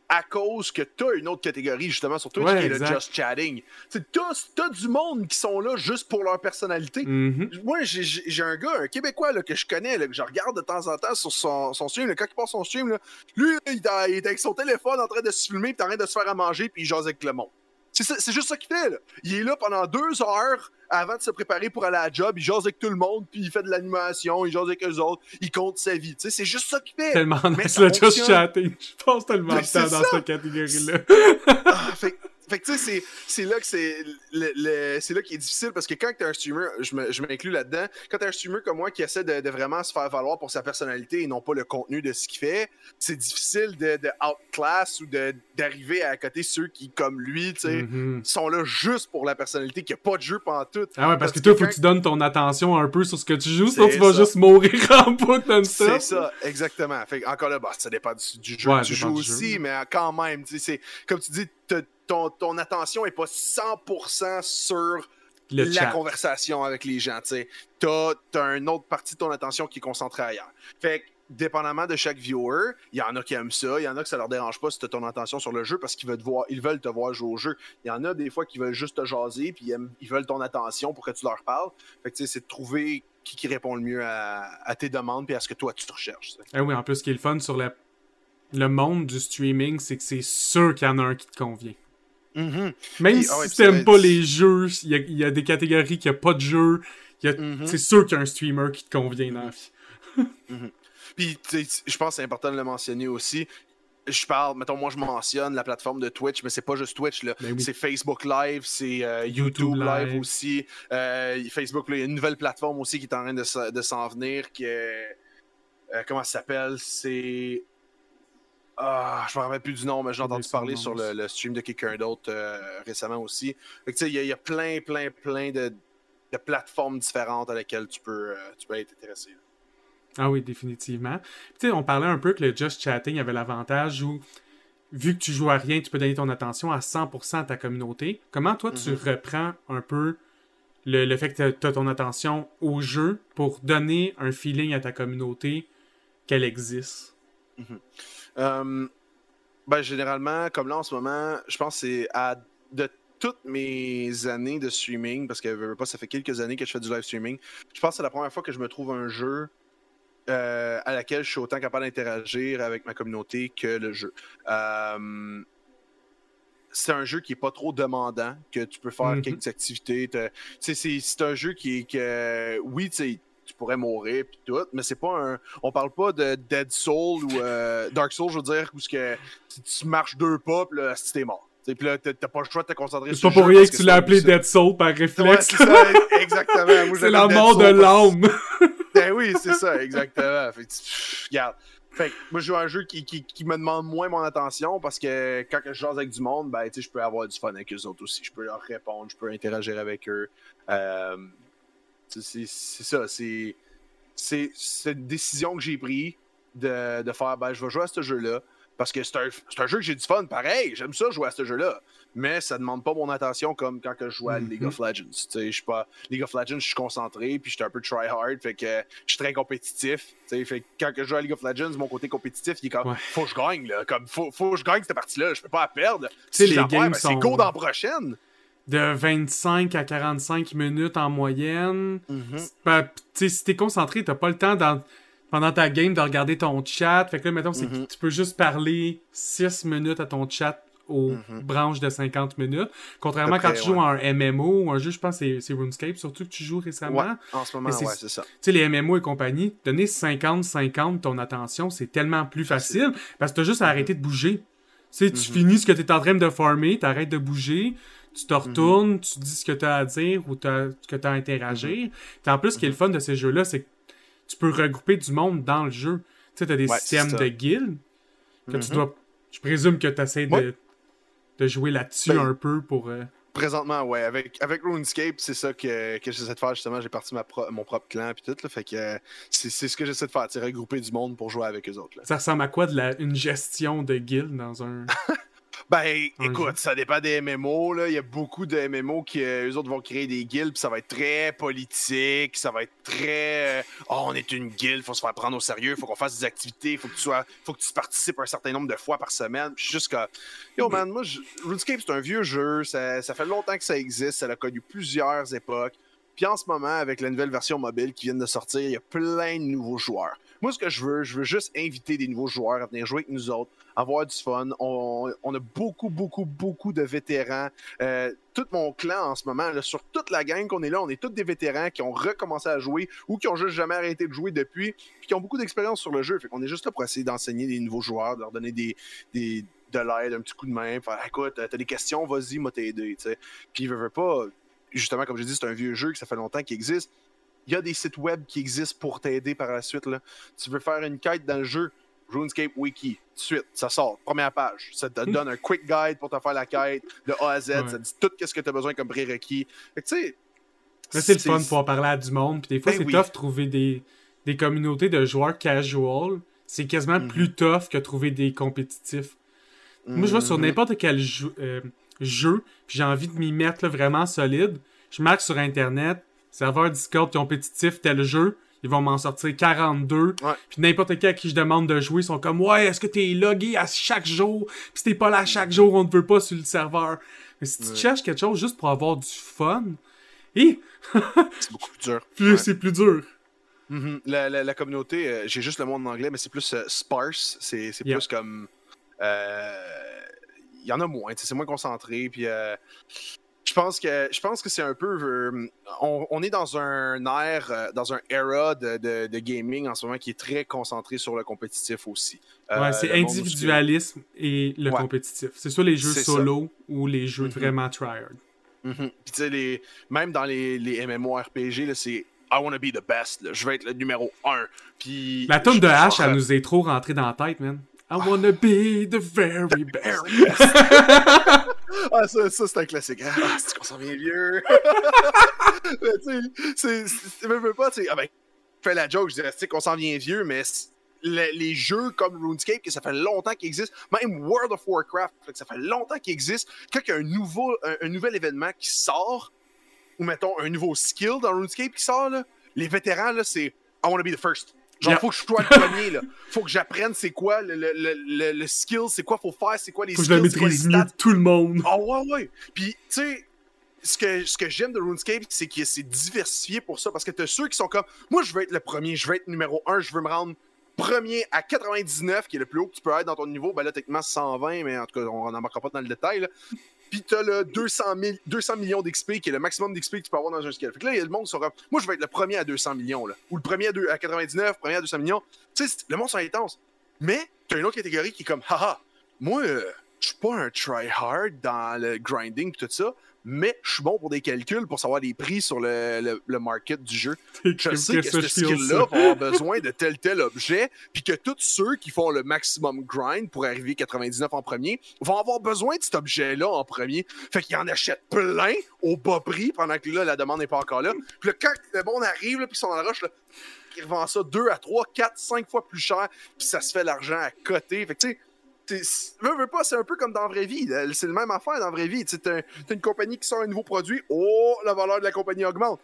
à cause que t'as une autre catégorie, justement, sur Twitch, Ouais, qui est exact. le just chatting. T'sais, t'as, t'as du monde qui sont là juste pour leur personnalité. Mm-hmm. Moi, j'ai, j'ai un gars, un Québécois là, que je connais, là, que je regarde de temps en temps sur son, son stream. Là, quand il passe son stream, là, lui, il, il est avec son téléphone en train de se filmer, puis il est en train de se faire à manger, puis il jase avec le monde. C'est, ça, c'est juste ça qu'il fait. Là. Il est là pendant deux heures avant de se préparer pour aller à la job. Il jase avec tout le monde, puis il fait de l'animation, il jase avec eux autres, il compte sa vie. T'sais, c'est juste ça qu'il fait. Tellement Mais nice, ça le just fonctionne. chatting. Je pense tellement Mais de temps c'est dans ça. cette catégorie-là. Ah, fait, fait que tu sais, c'est, c'est là que c'est le, le, c'est là qui est difficile parce que quand t'es un streamer, je, me, je m'inclus là-dedans, quand t'es un streamer comme moi qui essaie de, de vraiment se faire valoir pour sa personnalité et non pas le contenu de ce qu'il fait, c'est difficile de, de outclass ou de, d'arriver à côté ceux qui, comme lui, tu sais, Mm-hmm. sont là juste pour la personnalité, qu'il n'y a pas de jeu pantoute. Ah ouais, parce, parce que toi, il faut que tu donnes ton attention un peu sur ce que tu joues, sinon tu vas ça. juste mourir en boucle non-stop. C'est ça, exactement. Fait encore là, bah, ça dépend du, du jeu ouais, que tu joues aussi, jeu. mais quand même, tu sais, c'est comme tu dis, ton, ton attention est pas cent pour cent sur le la chat. Conversation avec les gens. Tu as, t'as une autre partie de ton attention qui est concentrée ailleurs. Fait que, dépendamment de chaque viewer, il y en a qui aiment ça, il y en a que ça leur dérange pas si tu as ton attention sur le jeu parce qu'ils veulent te voir, ils veulent te voir jouer au jeu. Il y en a des fois qui veulent juste te jaser puis ils, aiment, ils veulent ton attention pour que tu leur parles. Fait que tu sais, c'est de trouver qui, qui répond le mieux à, à tes demandes puis à ce que toi tu te recherches. Ah oui, en plus, ce qui est le fun sur la... le monde du streaming, c'est que c'est sûr qu'il y en a un qui te convient. Mm-hmm. Même puis, si oh, ouais, t'aimes c'est... pas les jeux, il y a, il y a des catégories qui a pas de jeu, il y a... mm-hmm. c'est sûr qu'il y a un streamer qui te convient dans la vie. mm-hmm. Puis, je pense que c'est important de le mentionner aussi. Je parle, mettons, moi je mentionne la plateforme de Twitch, mais c'est pas juste Twitch, là. Ben oui. C'est Facebook Live, c'est euh, YouTube, YouTube Live. Live aussi. Euh, Facebook, là, il y a une nouvelle plateforme aussi qui est en train de, de s'en venir, qui est... Euh, comment ça s'appelle? C'est... Ah, je me rappelle plus du nom, mais j'ai entendu parler sur le, le stream de quelqu'un d'autre euh, récemment aussi. Fait que tu sais, il y, y a plein, plein, plein de, de plateformes différentes à lesquelles tu peux, euh, tu peux être intéressé. Ah oui, définitivement. Tu sais, on parlait un peu que le just chatting avait l'avantage où, vu que tu joues à rien, tu peux donner ton attention à cent pour cent à ta communauté. Comment toi, tu mm-hmm. reprends un peu le, le fait que tu as ton attention au jeu pour donner un feeling à ta communauté qu'elle existe? Mm-hmm. Um, ben, généralement, comme là en ce moment, je pense que c'est à de toutes mes années de streaming, parce que pas, ça fait quelques années que je fais du live streaming, je pense que c'est la première fois que je me trouve un jeu euh, à laquelle je suis autant capable d'interagir avec ma communauté que le jeu. Um, c'est un jeu qui est pas trop demandant, que tu peux faire mm-hmm. quelques activités. C'est, c'est un jeu qui est que, oui, tu sais, tu pourrais mourir pis tout, mais c'est pas un... On parle pas de Dead Soul ou euh, Dark Soul, je veux dire, où que, tu marches deux pas pis là, t'es mort. Pis là, t'as pas le choix de te concentrer c'est sur le jeu. C'est pas pour rien que tu l'as appelé Dead Soul par réflexe. Ouais, c'est ça, exactement. Moi, c'est la mort de l'âme. Ben oui, c'est ça, exactement. Fait que, pff, regarde. Fait que moi, je joue à un jeu qui, qui, qui me demande moins mon attention parce que quand je jase avec du monde, ben, tu sais, je peux avoir du fun avec eux autres aussi. Je peux leur répondre, je peux interagir avec eux. Euh... C'est, c'est ça, c'est, c'est, c'est une décision que j'ai prise de, de faire, ben, je vais jouer à ce jeu-là, parce que c'est un, c'est un jeu que j'ai du fun, pareil, j'aime ça jouer à ce jeu-là, mais ça demande pas mon attention comme quand que je joue à League of Legends. Tu sais, je suis pas, League of Legends, je suis concentré, puis je suis un peu try-hard, fait que je suis très compétitif, tu sais, fait que quand que je joue à League of Legends, mon côté compétitif, il est comme, ouais. faut que je gagne, là, comme, faut, faut que je gagne cette partie-là, je peux pas la perdre, si les games perds, ben, sont... c'est go dans la prochaine. De vingt-cinq à quarante-cinq minutes en moyenne. Mm-hmm. Ben, si t'es concentré, t'as pas le temps dans, pendant ta game de regarder ton chat. Fait que là, mettons, mm-hmm. tu peux juste parler six minutes à ton chat aux mm-hmm. branches de cinquante minutes. Contrairement à quand tu joues ouais. à un M M O ou un jeu, je pense que c'est, c'est RuneScape, surtout que tu joues récemment. Ouais, en ce moment, c'est, ouais, c'est ça. Tu sais, les M M O et compagnie, donner cinquante cinquante ton attention, c'est tellement plus facile parce que t'as juste à arrêter de bouger. Tu sais, mm-hmm. tu finis ce que t'es en train de farmer, t'arrêtes de bouger. Tu te retournes, mm-hmm. tu dis ce que tu as à dire ou t'as, ce que tu as à interagir. Mm-hmm. En plus, ce qui est le fun de ces jeux-là, c'est que tu peux regrouper du monde dans le jeu. Tu sais, tu as des ouais, systèmes de guildes que mm-hmm. tu dois... Je présume que tu essaies ouais. de, de jouer là-dessus ben, un peu pour... Euh... Présentement, ouais. Avec, avec RuneScape, c'est ça que, que j'essaie de faire, justement. J'ai parti ma pro, mon propre clan et tout, là. Fait que euh, c'est, c'est ce que j'essaie de faire, c'est regrouper du monde pour jouer avec eux autres. Là. Ça ressemble à quoi de la, une gestion de guilde dans un... Ben, Un écoute, jeu. ça dépend des M M O, là. Il y a beaucoup de M M O qui, euh, eux autres, vont créer des guildes, puis ça va être très politique, ça va être très... euh, Oh, on est une guilde, faut se faire prendre au sérieux, faut qu'on fasse des activités, faut que tu sois... faut que tu participes un certain nombre de fois par semaine. Puis je suis juste que... Yo, man, moi, je... RuneScape, c'est un vieux jeu, ça... ça fait longtemps que ça existe, ça a connu plusieurs époques. Puis en ce moment, avec la nouvelle version mobile qui vient de sortir, il y a plein de nouveaux joueurs. Moi, ce que je veux, je veux juste inviter des nouveaux joueurs à venir jouer avec nous autres, avoir du fun. On, on a beaucoup, beaucoup, beaucoup de vétérans. Euh, tout mon clan en ce moment, là, sur toute la gang qu'on est là, on est tous des vétérans qui ont recommencé à jouer ou qui ont juste jamais arrêté de jouer depuis, puis qui ont beaucoup d'expérience sur le jeu. Fait qu'on est juste là pour essayer d'enseigner des nouveaux joueurs, de leur donner des... des de l'aide, un petit coup de main, faire écoute, t'as des questions, vas-y, moi t'aider, tu sais. Puis je veux pas, justement, comme je dis, c'est un vieux jeu que ça fait longtemps qu'il existe. Il y a des sites web qui existent pour t'aider par la suite, là. Tu veux faire une quête dans le jeu, RuneScape Wiki, tout de suite, ça sort, première page. Ça te donne un quick guide pour te faire la quête, de A à Z, Ouais. ça te dit tout ce que tu as besoin comme prérequis. Fait que tu sais... Mais c'est le fun de pouvoir parler à du monde. Puis des fois, Ben c'est oui. tough de trouver des, des communautés de joueurs casual. C'est quasiment Mhm. plus tough que trouver des compétitifs. Moi, je vais sur Mhm. n'importe quel jeu, euh, jeu puis j'ai envie de m'y mettre là, vraiment solide. Je marque sur Internet, serveur Discord compétitif, tel jeu. Ils vont m'en sortir quarante-deux. Ouais. Puis n'importe qui à qui je demande de jouer, ils sont comme « Ouais, est-ce que t'es logué à chaque jour? Puis si t'es pas là à chaque jour, on ne veut pas sur le serveur. » Mais si tu Ouais. cherches quelque chose juste pour avoir du fun, et C'est beaucoup plus dur. plus Ouais. c'est plus dur. Mhm. la, la, la communauté, euh, j'ai juste le mot en anglais, mais c'est plus euh, sparse. C'est c'est Yeah. plus comme... euh, Il y en a moins, tu sais, c'est moins concentré. Puis euh, je pense que je pense que c'est un peu... euh, on, on est dans un air, euh, dans un era de, de, de gaming en ce moment qui est très concentré sur le compétitif aussi. Euh, Ouais, c'est le monde où individualisme et le Ouais. compétitif. C'est soit les jeux C'est ça. solo ou les jeux Mhm. vraiment tryhard. Mhm. Puis tu sais, les... même dans les, les MMORPG, là, c'est I wanna be the best. Là. Je vais être le numéro un. Puis La tonne je- de H, je- elle nous est trop rentrée dans la tête, man. I wanna be the very best. Ah, ça, ça c'est un classique. Ah, c'est qu'on s'en vient vieux. Mais tu sais, c'est- c'est. Même veux pas, tu sais. Ah ben, je fais la joke, je dirais, tu sais, qu'on s'en vient vieux, mais c'est- le- les jeux comme RuneScape, que ça fait longtemps qu'ils existent, même World of Warcraft, que ça fait longtemps qu'ils existent, quand il y a un, nouveau, un, un nouvel événement qui sort, ou mettons un nouveau skill dans RuneScape qui sort, là, les vétérans, là, c'est I wanna be the first. Genre, Yeah. faut que je sois le premier, là. Faut que j'apprenne c'est quoi le, le, le, le, le skill, c'est quoi faut faire, c'est quoi les Faut que je le skills, c'est quoi les maîtrise mieux stats. que tout le monde. Ah ouais, ouais. Puis, tu sais, ce que, ce que j'aime de RuneScape, c'est que c'est diversifié pour ça. Parce que t'as ceux qui sont comme, moi, je veux être le premier, je veux être numéro un, je veux me rendre premier à quatre-vingt-dix-neuf, qui est le plus haut que tu peux être dans ton niveau. Ben là, techniquement, cent vingt, mais en tout cas, on n'en marquera pas dans le détail, là. Puis t'as le deux cent mille, deux cents millions d'X P, qui est le maximum d'X P que tu peux avoir dans un skill. Fait que là, il y a le monde qui sont comme, moi, je veux être le premier à deux cents millions, là. Ou le premier à, deux, à quatre-vingt-dix-neuf, premier à deux cents millions. Tu sais, le monde sont intenses. Mais t'as une autre catégorie qui est comme, haha, moi, euh, je suis pas un try-hard dans le grinding et tout ça, mais je suis bon pour des calculs, pour savoir les prix sur le, le, le market du jeu. Je sais que, ça, ce je feel skill-là ça. va avoir besoin de tel tel objet, puis que tous ceux qui font le maximum grind pour arriver quatre-vingt-dix-neuf en premier vont avoir besoin de cet objet-là en premier. Fait qu'ils en achètent plein au bas prix pendant que là, la demande n'est pas encore là. Puis là, quand le monde arrive, là, puis ils sont dans la roche, là, ils revendent ça deux à trois, quatre, cinq fois plus cher, puis ça se fait l'argent à côté. Fait que tu sais, veux, veux pas, c'est un peu comme dans la vraie vie. C'est le même affaire dans la vraie vie. Tu as une compagnie qui sort un nouveau produit, oh, la valeur de la compagnie augmente.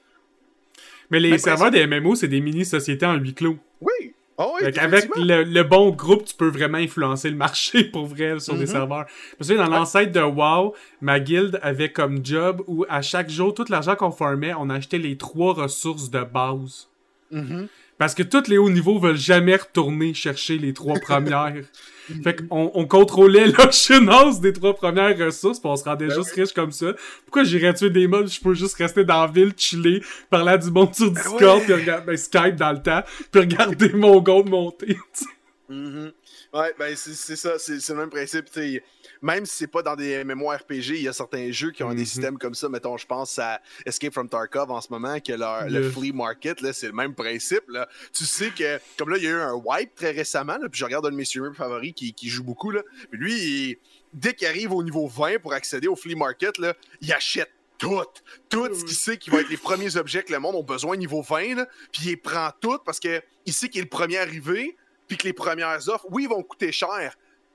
Mais les Même serveurs principe. des M M O, c'est des mini-sociétés en huis clos. Oui. Oh oui, Fait qu'avec le, le bon groupe, tu peux vraiment influencer le marché pour vrai sur Mhm. des serveurs. Parce que dans l'ancêtre de WoW, ma guilde avait comme job où à chaque jour, tout l'argent qu'on formait, on achetait les trois ressources de base. Mhm. Parce que tous les hauts niveaux veulent jamais retourner chercher les trois premières. Fait qu'on on contrôlait l'auctionance des trois premières ressources, pis on se rendait Ben juste oui. riche comme ça. Pourquoi j'irais tuer des mobs? Je peux juste rester dans la ville, chiller, parler à du monde sur Discord, ouais. puis regarder ben, Skype dans le temps, puis regarder mon gold monter. tu sais. Mhm. Ouais, ben c'est c'est ça, c'est c'est le même principe. T'sais, même si c'est pas dans des MMORPG, il y a certains jeux qui ont Mhm. des systèmes comme ça. Mettons, je pense à Escape from Tarkov en ce moment, que leur, le Yes. flea market, là, c'est le même principe. Là. Tu sais que, comme là, il y a eu un wipe très récemment, là, puis je regarde un de mes streamers favoris qui, qui joue beaucoup. Là, puis lui, il- dès qu'il arrive au niveau vingt pour accéder au flea market, là, il achète tout, tout ce qu'il sait qui va être les premiers objets que le monde a besoin niveau vingt, là, puis il les prend tout parce qu'il sait qu'il est le premier arrivé, puis que les premières offres, oui, ils vont coûter cher,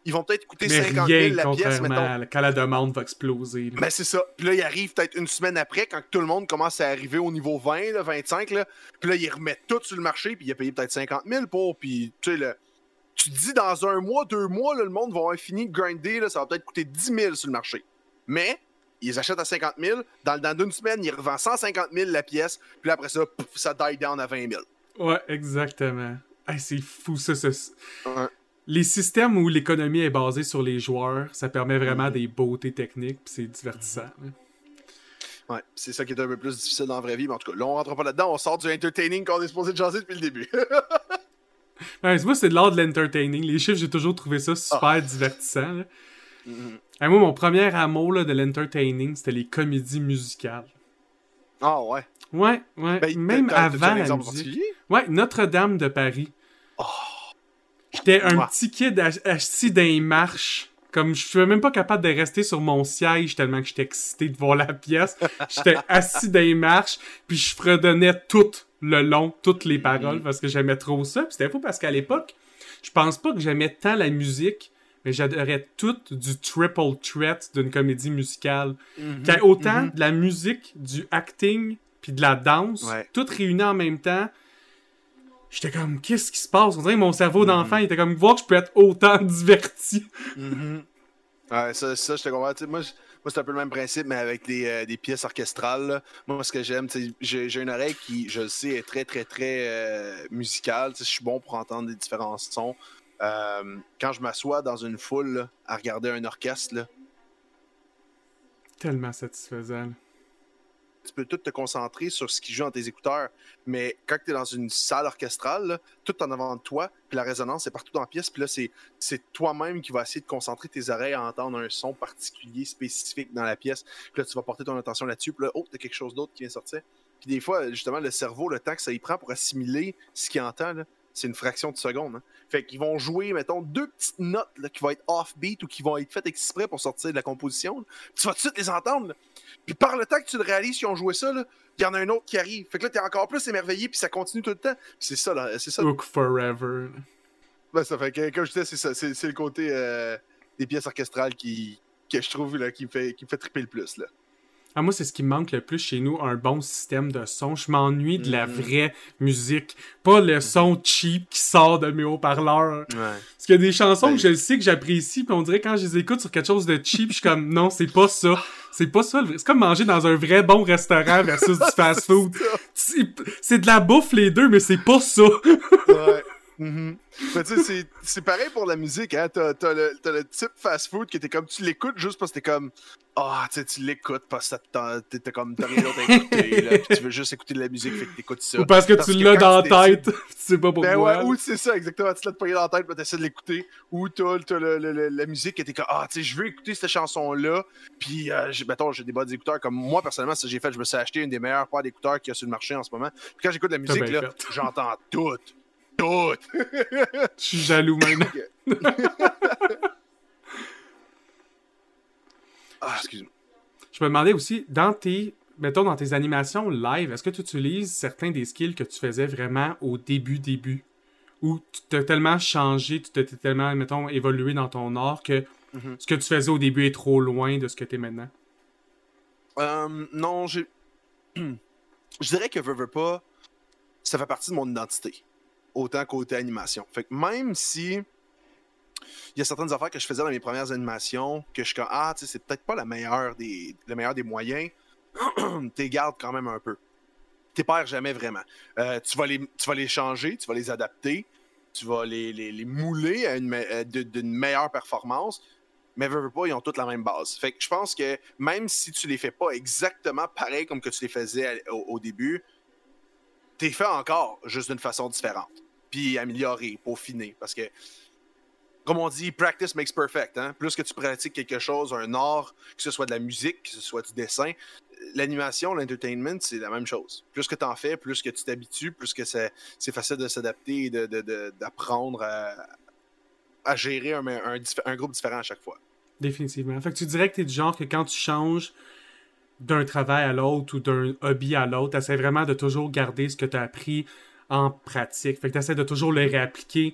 ils vont peut-être coûter mais cinquante rien, mille la pièce, contrairement mettons. à quand la demande va exploser. Là. Ben, c'est ça. Puis là, ils arrivent peut-être une semaine après, quand tout le monde commence à arriver au niveau vingt, là, vingt-cinq, là. Puis là, ils remettent tout sur le marché, puis il a payé peut-être cinquante mille pour, puis tu sais, le... tu te dis, dans un mois, deux mois, là, le monde va avoir fini de grinder, là, ça va peut-être coûter dix mille sur le marché. Mais, ils les achètent à cinquante mille, dans, dans une semaine, ils revendent cent cinquante mille la pièce, puis là, après ça, pouf, ça die down à vingt mille. Ouais, exactement. Hey, c'est fou, ça. ça. Ouais. Les systèmes où l'économie est basée sur les joueurs, ça permet vraiment mm-hmm. des beautés techniques, puis c'est divertissant. Mm-hmm. Ouais, c'est ça qui est un peu plus difficile dans la vraie vie, mais en tout cas, là, on rentre pas là-dedans, on sort du entertaining qu'on est supposé de jaser depuis le début. Ouais, moi, c'est de l'art de l'entertaining. Les chiffres, j'ai toujours trouvé ça super ah. divertissant. Là. Mm-hmm. Et moi, mon premier amour là, de l'entertaining, c'était les comédies musicales. Ah ouais? Ouais, ouais. Ben, Même t'as, t'as, avant la musique. Ouais, Notre-Dame de Paris. Oh. J'étais un ouais. petit kid assis dans les marches. Comme je suis même pas capable de rester sur mon siège tellement que j'étais excité de voir la pièce. J'étais assis dans les marches, puis je fredonnais tout le long, toutes les paroles, mm-hmm. parce que j'aimais trop ça. Puis c'était fou parce qu'à l'époque, je pense pas que j'aimais tant la musique, mais j'adorais tout du triple threat d'une comédie musicale. Mm-hmm. Qui a autant mm-hmm. de la musique, du acting, puis de la danse, ouais. tout réuni en même temps. J'étais comme, qu'est-ce qui se passe? On dirait que mon cerveau d'enfant, mm-hmm. il était comme, voir que je peux être autant diverti. Mm-hmm. Ouais, ça, ça je te comprends. Moi, moi c'est un peu le même principe, mais avec des, euh, des pièces orchestrales. Là. Moi, ce que j'aime, j'ai, j'ai une oreille qui, je le sais, est très, très, très euh, musicale. Je suis bon pour entendre des différents sons. Euh, quand je m'assois dans une foule là, à regarder un orchestre, là, tellement satisfaisant. Tu peux tout te concentrer sur ce qui joue dans tes écouteurs, mais quand tu es dans une salle orchestrale, là, tout en avant de toi, puis la résonance est partout dans la pièce, puis là, c'est, c'est toi-même qui vas essayer de concentrer tes oreilles à entendre un son particulier, spécifique dans la pièce, puis là, tu vas porter ton attention là-dessus, puis là, oh, t'as quelque chose d'autre qui vient sortir. Puis des fois, justement, le cerveau, le temps que ça y prend pour assimiler ce qu'il entend, là, c'est une fraction de seconde. Hein. Fait qu'ils vont jouer, mettons, deux petites notes là, qui vont être off-beat ou qui vont être faites exprès pour sortir de la composition. Là. Tu vas tout de suite les entendre. Là. Puis par le temps que tu le réalises, qu'ils ont joué ça, il y en a un autre qui arrive. Fait que là, t'es encore plus émerveillé, puis ça continue tout le temps. Puis c'est ça, là. C'est ça. Hook forever. Ben, ça fait que, comme je disais, c'est ça. C'est, c'est le côté euh, des pièces orchestrales qui, que je trouve là, qui, me fait, qui me fait triper le plus, là. Ah, moi, c'est ce qui me manque le plus chez nous, un bon système de son. Je m'ennuie de la vraie musique, pas le son cheap qui sort de mes haut-parleurs. Ouais. Parce qu'il y a des chansons ouais. que je le sais que j'apprécie, puis on dirait quand je les écoute sur quelque chose de cheap, je suis comme, non, c'est pas ça. C'est pas ça. C'est comme manger dans un vrai bon restaurant versus du fast-food. C'est, c'est de la bouffe, les deux, mais c'est pas ça. Ouais. Mm-hmm. Mais tu sais, c'est, c'est pareil pour la musique, hein. T'as, t'as, le, t'as le type fast-food qui était comme, tu l'écoutes juste parce que t'es comme, ah, oh, tu sais, tu l'écoutes parce que t'as, t'es, t'es comme, t'as rien d'autre à écouter, là, pis tu veux juste écouter de la musique, fait que t'écoutes ça. Ou parce que parce tu que l'as dans la tête, tu sais pas pourquoi. Ben ouais, ou c'est ça, exactement, tu l'as pogné dans la tête, pis t'essaies de l'écouter, ou t'as, t'as le, le, le, la musique qui était comme, ah, tu sais, je veux écouter cette chanson-là, pis, euh, j'ai, mettons, j'ai des bons écouteurs, comme moi, personnellement, ça j'ai fait, je me suis acheté une des meilleures paires d'écouteurs qu'il y a sur le marché en ce moment, pis quand j'écoute la musique, là, fait. J'entends tout. Tout! Je suis jaloux maintenant. Ah, excuse-moi. Je me demandais aussi, dans tes, mettons, dans tes animations live, est-ce que tu utilises certains des skills que tu faisais vraiment au début, début? Ou tu t'as tellement changé, tu t'es tellement, mettons, évolué dans ton art que mm-hmm. ce que tu faisais au début est trop loin de ce que t'es maintenant? Euh, non, j'ai... Je dirais que veux, veux pas, ça fait partie de mon identité. Autant côté animation. Fait que même si il y a certaines affaires que je faisais dans mes premières animations que je suis comme, ah, tu sais, c'est peut-être pas la meilleure des, le meilleur des moyens, t'es gardes quand même un peu. T'es perds jamais vraiment. Euh, tu, vas les, tu vas les changer, tu vas les adapter, tu vas les, les, les mouler à une, à de, d'une meilleure performance, mais veux, veux pas, ils ont toutes la même base. Fait que je pense que même si tu les fais pas exactement pareil comme que tu les faisais à, au, au début, t'es fait encore, juste d'une façon différente. Puis amélioré, peaufiner. Parce que, comme on dit, practice makes perfect. Hein? Plus que tu pratiques quelque chose, un art, que ce soit de la musique, que ce soit du dessin, l'animation, l'entertainment, c'est la même chose. Plus que t'en fais, plus que tu t'habitues, plus que c'est, c'est facile de s'adapter et de, de, de, d'apprendre à, à gérer un, un, un groupe différent à chaque fois. Définitivement. Fait que tu dirais que t'es du genre que quand tu changes d'un travail à l'autre ou d'un hobby à l'autre, t'essaies vraiment de toujours garder ce que t'as appris en pratique. Fait que t'essaies de toujours le réappliquer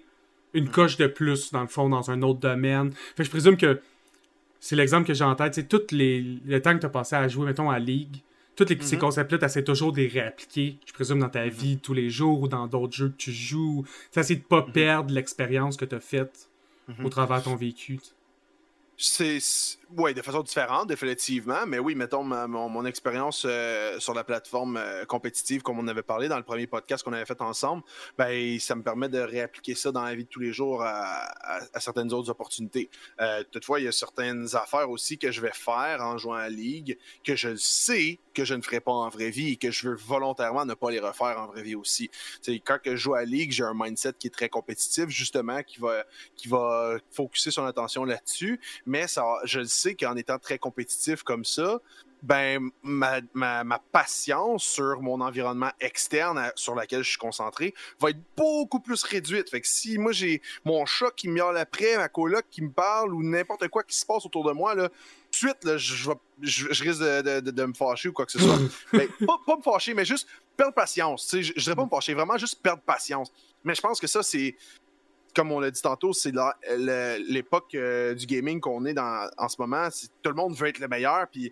une coche de plus, dans le fond, dans un autre domaine. Fait que je présume que c'est l'exemple que j'ai en tête, c'est tout les, le temps que tu as passé à jouer, mettons, à League, tous les, mm-hmm. ces concepts-là, tu essaies toujours de les réappliquer, je présume, dans ta mm-hmm. vie tous les jours ou dans d'autres jeux que tu joues. Tu essaies de pas mm-hmm. perdre l'expérience que tu as faite mm-hmm. au travers de ton vécu. C'est... Oui, de façon différente, définitivement, mais oui, mettons, ma, mon, mon expérience euh, sur la plateforme euh, compétitive, comme on avait parlé dans le premier podcast qu'on avait fait ensemble, ben, ça me permet de réappliquer ça dans la vie de tous les jours à, à, à certaines autres opportunités. Euh, toutefois, il y a certaines affaires aussi que je vais faire en jouant à League, que je sais que je ne ferai pas en vraie vie et que je veux volontairement ne pas les refaire en vraie vie aussi. T'sais, quand que je joue à League, j'ai un mindset qui est très compétitif, justement, qui va, qui va focuser son attention là-dessus, mais ça, je le sais qu'en étant très compétitif comme ça, ben ma, ma, ma patience sur mon environnement externe à, sur laquelle je suis concentré va être beaucoup plus réduite. Fait que si moi j'ai mon chat qui me miaule après, ma coloc qui me parle ou n'importe quoi qui se passe autour de moi, là, tout de suite, là, je, je, je, je risque de, de, de me fâcher ou quoi que ce soit. Ben, pas, pas me fâcher, mais juste perdre patience. Je ne dirais pas me fâcher, vraiment juste perdre patience. Mais je pense que ça, c'est... Comme on l'a dit tantôt, c'est la, la, l'époque euh, du gaming qu'on est dans en ce moment. C'est, tout le monde veut être le meilleur. Puis,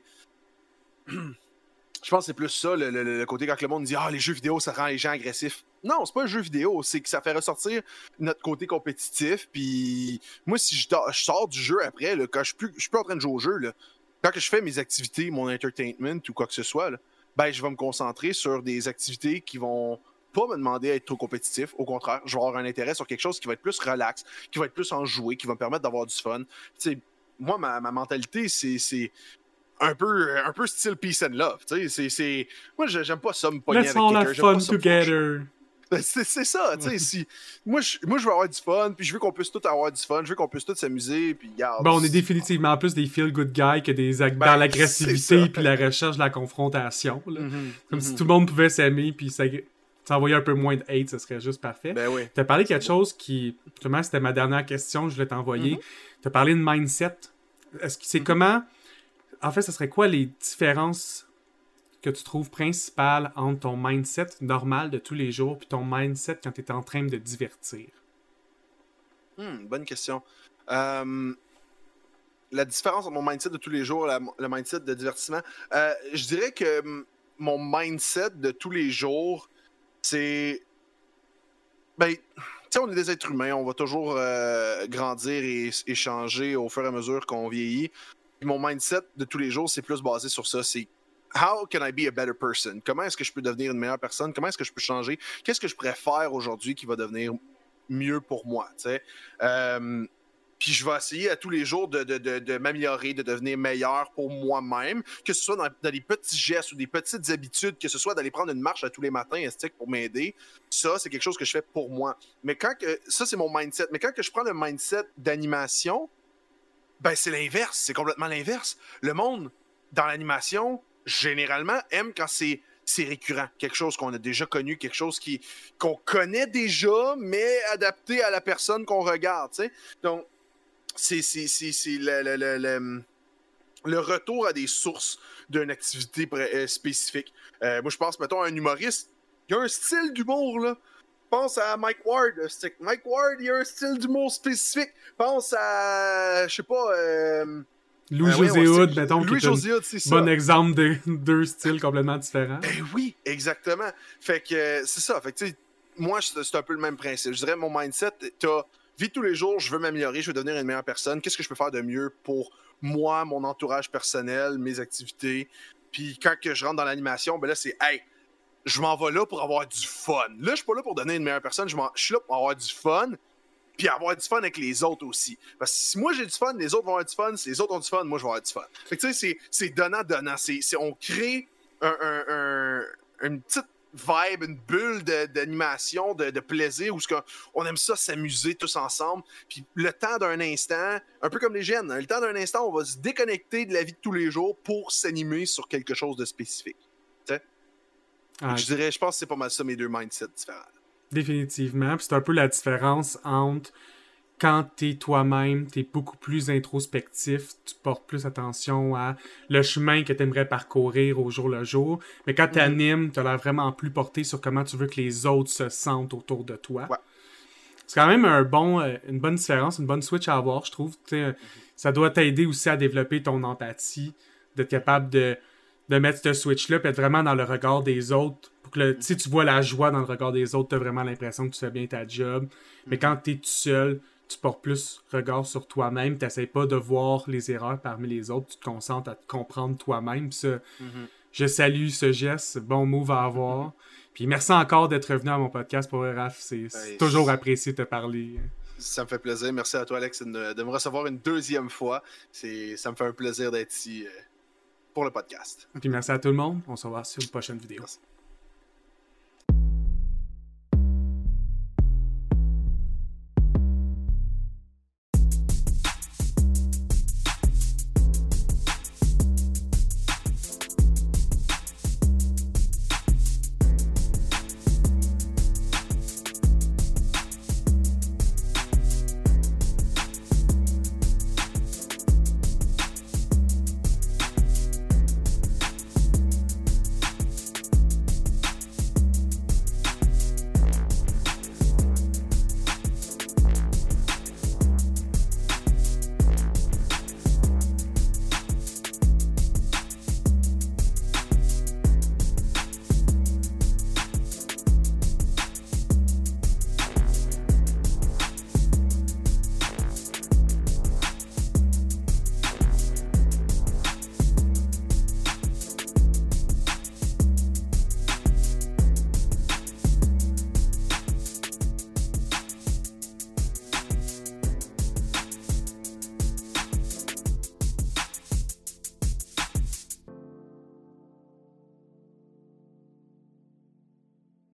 je pense que c'est plus ça, le, le, le côté quand le monde dit « Ah, les jeux vidéo, ça rend les gens agressifs. » Non, c'est pas un jeu vidéo. C'est que ça fait ressortir notre côté compétitif. Puis, moi, si je, je sors du jeu après, là, quand je suis, je suis plus en train de jouer au jeu, là, quand je fais mes activités, mon entertainment ou quoi que ce soit, là, ben, je vais me concentrer sur des activités qui vont pas me demander à être trop compétitif. Au contraire, je vais avoir un intérêt sur quelque chose qui va être plus relax, qui va être plus enjoué, qui va me permettre d'avoir du fun. T'sais, moi, ma, ma mentalité, c'est, c'est un peu, un peu style peace and love. C'est, c'est... Moi, j'aime pas ça me pogner Let's avec quelqu'un. Let's all have fun together. C'est, c'est ça, tu sais. Si... Moi, je, moi, je veux avoir du fun, puis je veux qu'on puisse tous avoir du fun, je veux qu'on puisse tous s'amuser, puis regarde. Ben, on est définitivement plus des feel-good guys que des ag- ben, dans l'agressivité puis la recherche de la confrontation. Là. Mm-hmm, Comme mm-hmm. si tout le monde pouvait s'aimer, puis ça... t'envoyer un peu moins de hate, ce serait juste parfait. Ben oui. T'as parlé de quelque chose qui, justement, c'était ma dernière question, je voulais t'envoyer. Mm-hmm. T'as parlé de mindset. Est-ce que c'est mm-hmm. comment... En fait, ce serait quoi les différences que tu trouves principales entre ton mindset normal de tous les jours puis ton mindset quand t'es en train de te divertir? Hmm, bonne question. Euh... La différence entre mon mindset de tous les jours et la, le mindset de divertissement, euh, je dirais que m- mon mindset de tous les jours, c'est... Ben, tu sais, on est des êtres humains, on va toujours euh, grandir et, et changer au fur et à mesure qu'on vieillit. Puis mon mindset de tous les jours, c'est plus basé sur ça, c'est how can I be a better person? Comment est-ce que je peux devenir une meilleure personne? Comment est-ce que je peux changer? Qu'est-ce que je pourrais faire aujourd'hui qui va devenir mieux pour moi, tu sais? Euh, Puis je vais essayer à tous les jours de, de, de, de m'améliorer, de devenir meilleur pour moi-même, que ce soit dans, dans des petits gestes ou des petites habitudes, que ce soit d'aller prendre une marche à tous les matins estique pour m'aider. Ça, c'est quelque chose que je fais pour moi. Mais quand que, ça, c'est mon mindset. Mais quand que je prends le mindset d'animation, ben c'est l'inverse. C'est complètement l'inverse. Le monde, dans l'animation, généralement, aime quand c'est c'est récurrent, quelque chose qu'on a déjà connu, quelque chose qui, qu'on connaît déjà, mais adapté à la personne qu'on regarde, tu sais. Donc, c'est, c'est, c'est, c'est le, le, le, le, le retour à des sources d'une activité pré- spécifique. Euh, moi, je pense, mettons, à un humoriste, il y a un style d'humour, là. Pense à Mike Ward. Mike Ward, il y a un style d'humour spécifique. Pense à, je sais pas... Euh, Louis-José euh, Hood, mettons, Louis qui est José Hood, c'est ça. Bon exemple de deux styles complètement différents. Ben oui, exactement. Fait que euh, c'est ça. Fait que tu sais, moi, c'est, c'est un peu le même principe. Je dirais, mon mindset, t'as vie de tous les jours, je veux m'améliorer, je veux devenir une meilleure personne. Qu'est-ce que je peux faire de mieux pour moi, mon entourage personnel, mes activités? Puis quand que je rentre dans l'animation, ben là, c'est, hey, je m'en vais là pour avoir du fun. Là, je suis pas là pour devenir une meilleure personne, je, je suis là pour avoir du fun. Puis avoir du fun avec les autres aussi. Parce que si moi j'ai du fun, les autres vont avoir du fun. Si les autres ont du fun, moi je vais avoir du fun. Fait que tu sais, c'est, c'est donnant-donnant. C'est, c'est, on crée un, un, un, une petite vibe, une bulle de, d'animation, de, de plaisir, où on aime ça s'amuser tous ensemble. Puis le temps d'un instant, un peu comme les jeunes, hein, le temps d'un instant, on va se déconnecter de la vie de tous les jours pour s'animer sur quelque chose de spécifique. Tu sais? Ah, je dirais, je pense que c'est pas mal ça mes deux mindsets différents. Définitivement. Puis c'est un peu la différence entre quand t'es toi-même, t'es beaucoup plus introspectif, tu portes plus attention à le chemin que t'aimerais parcourir au jour le jour. Mais quand t'animes, t'as l'air vraiment plus porté sur comment tu veux que les autres se sentent autour de toi. Ouais. c'est quand même un bon, euh, une bonne différence, une bonne switch à avoir, je trouve. Mm-hmm. Ça doit t'aider aussi à développer ton empathie, d'être capable de, de mettre ce switch-là, puis être vraiment dans le regard des autres. Pour que le, mm-hmm. tu vois la joie dans le regard des autres, tu as vraiment l'impression que tu fais bien ta job. Mais mm-hmm. quand tu es tout seul, tu portes plus regard sur toi-même, tu n'essaies pas de voir les erreurs parmi les autres, tu te concentres à te comprendre toi-même. Ça, mm-hmm. je salue ce geste, bon move à avoir. Mm-hmm. Puis merci encore d'être revenu à mon podcast pour Raph, c'est, c'est ouais, toujours apprécié de te parler. Ça me fait plaisir. Merci à toi, Alex, de, de me recevoir une deuxième fois. C'est, ça me fait un plaisir d'être ici euh, pour le podcast. Puis merci à tout le monde. On se revoit sur une prochaine vidéo. Merci.